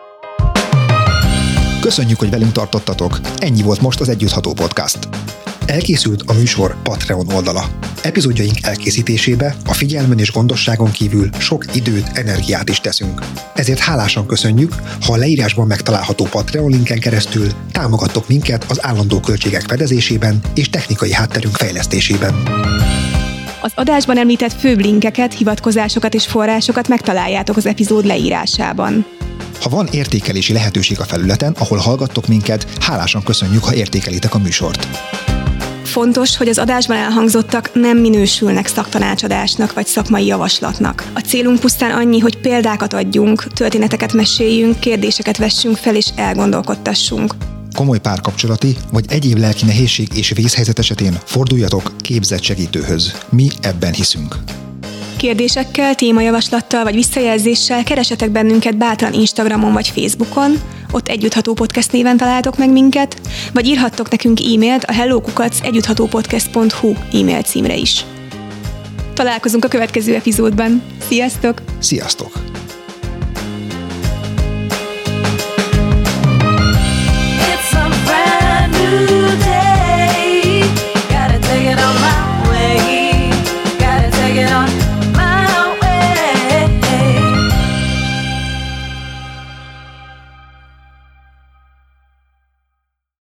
Köszönjük, hogy velünk tartottatok. Ennyi volt most az Együttható Podcast. Elkészült a műsor Patreon oldala. Epizódjaink elkészítésébe a figyelmen és gondosságon kívül sok időt, energiát is teszünk. Ezért hálásan köszönjük, ha a leírásban megtalálható Patreon linken keresztül támogattok minket az állandó költségek fedezésében és technikai hátterünk fejlesztésében. Az adásban említett főbb linkeket, hivatkozásokat és forrásokat megtaláljátok az epizód leírásában. Ha van értékelési lehetőség a felületen, ahol hallgattok minket, hálásan köszönjük, ha értékelitek a műsort. Fontos, hogy az adásban elhangzottak nem minősülnek szaktanácsadásnak vagy szakmai javaslatnak. A célunk pusztán annyi, hogy példákat adjunk, történeteket meséljünk, kérdéseket vessünk fel és elgondolkodtassunk. Komoly párkapcsolati vagy egyéb lelki nehézség és vészhelyzet esetén forduljatok képzett segítőhöz. Mi ebben hiszünk. Kérdésekkel, témajavaslattal vagy visszajelzéssel keresetek bennünket bátran Instagramon vagy Facebookon, ott Együttható Podcast néven találtok meg minket, vagy írhattok nekünk e-mailt a hello kukac együtthatópodcast pont hu e-mail címre is. Találkozunk a következő epizódban. Sziasztok! Sziasztok!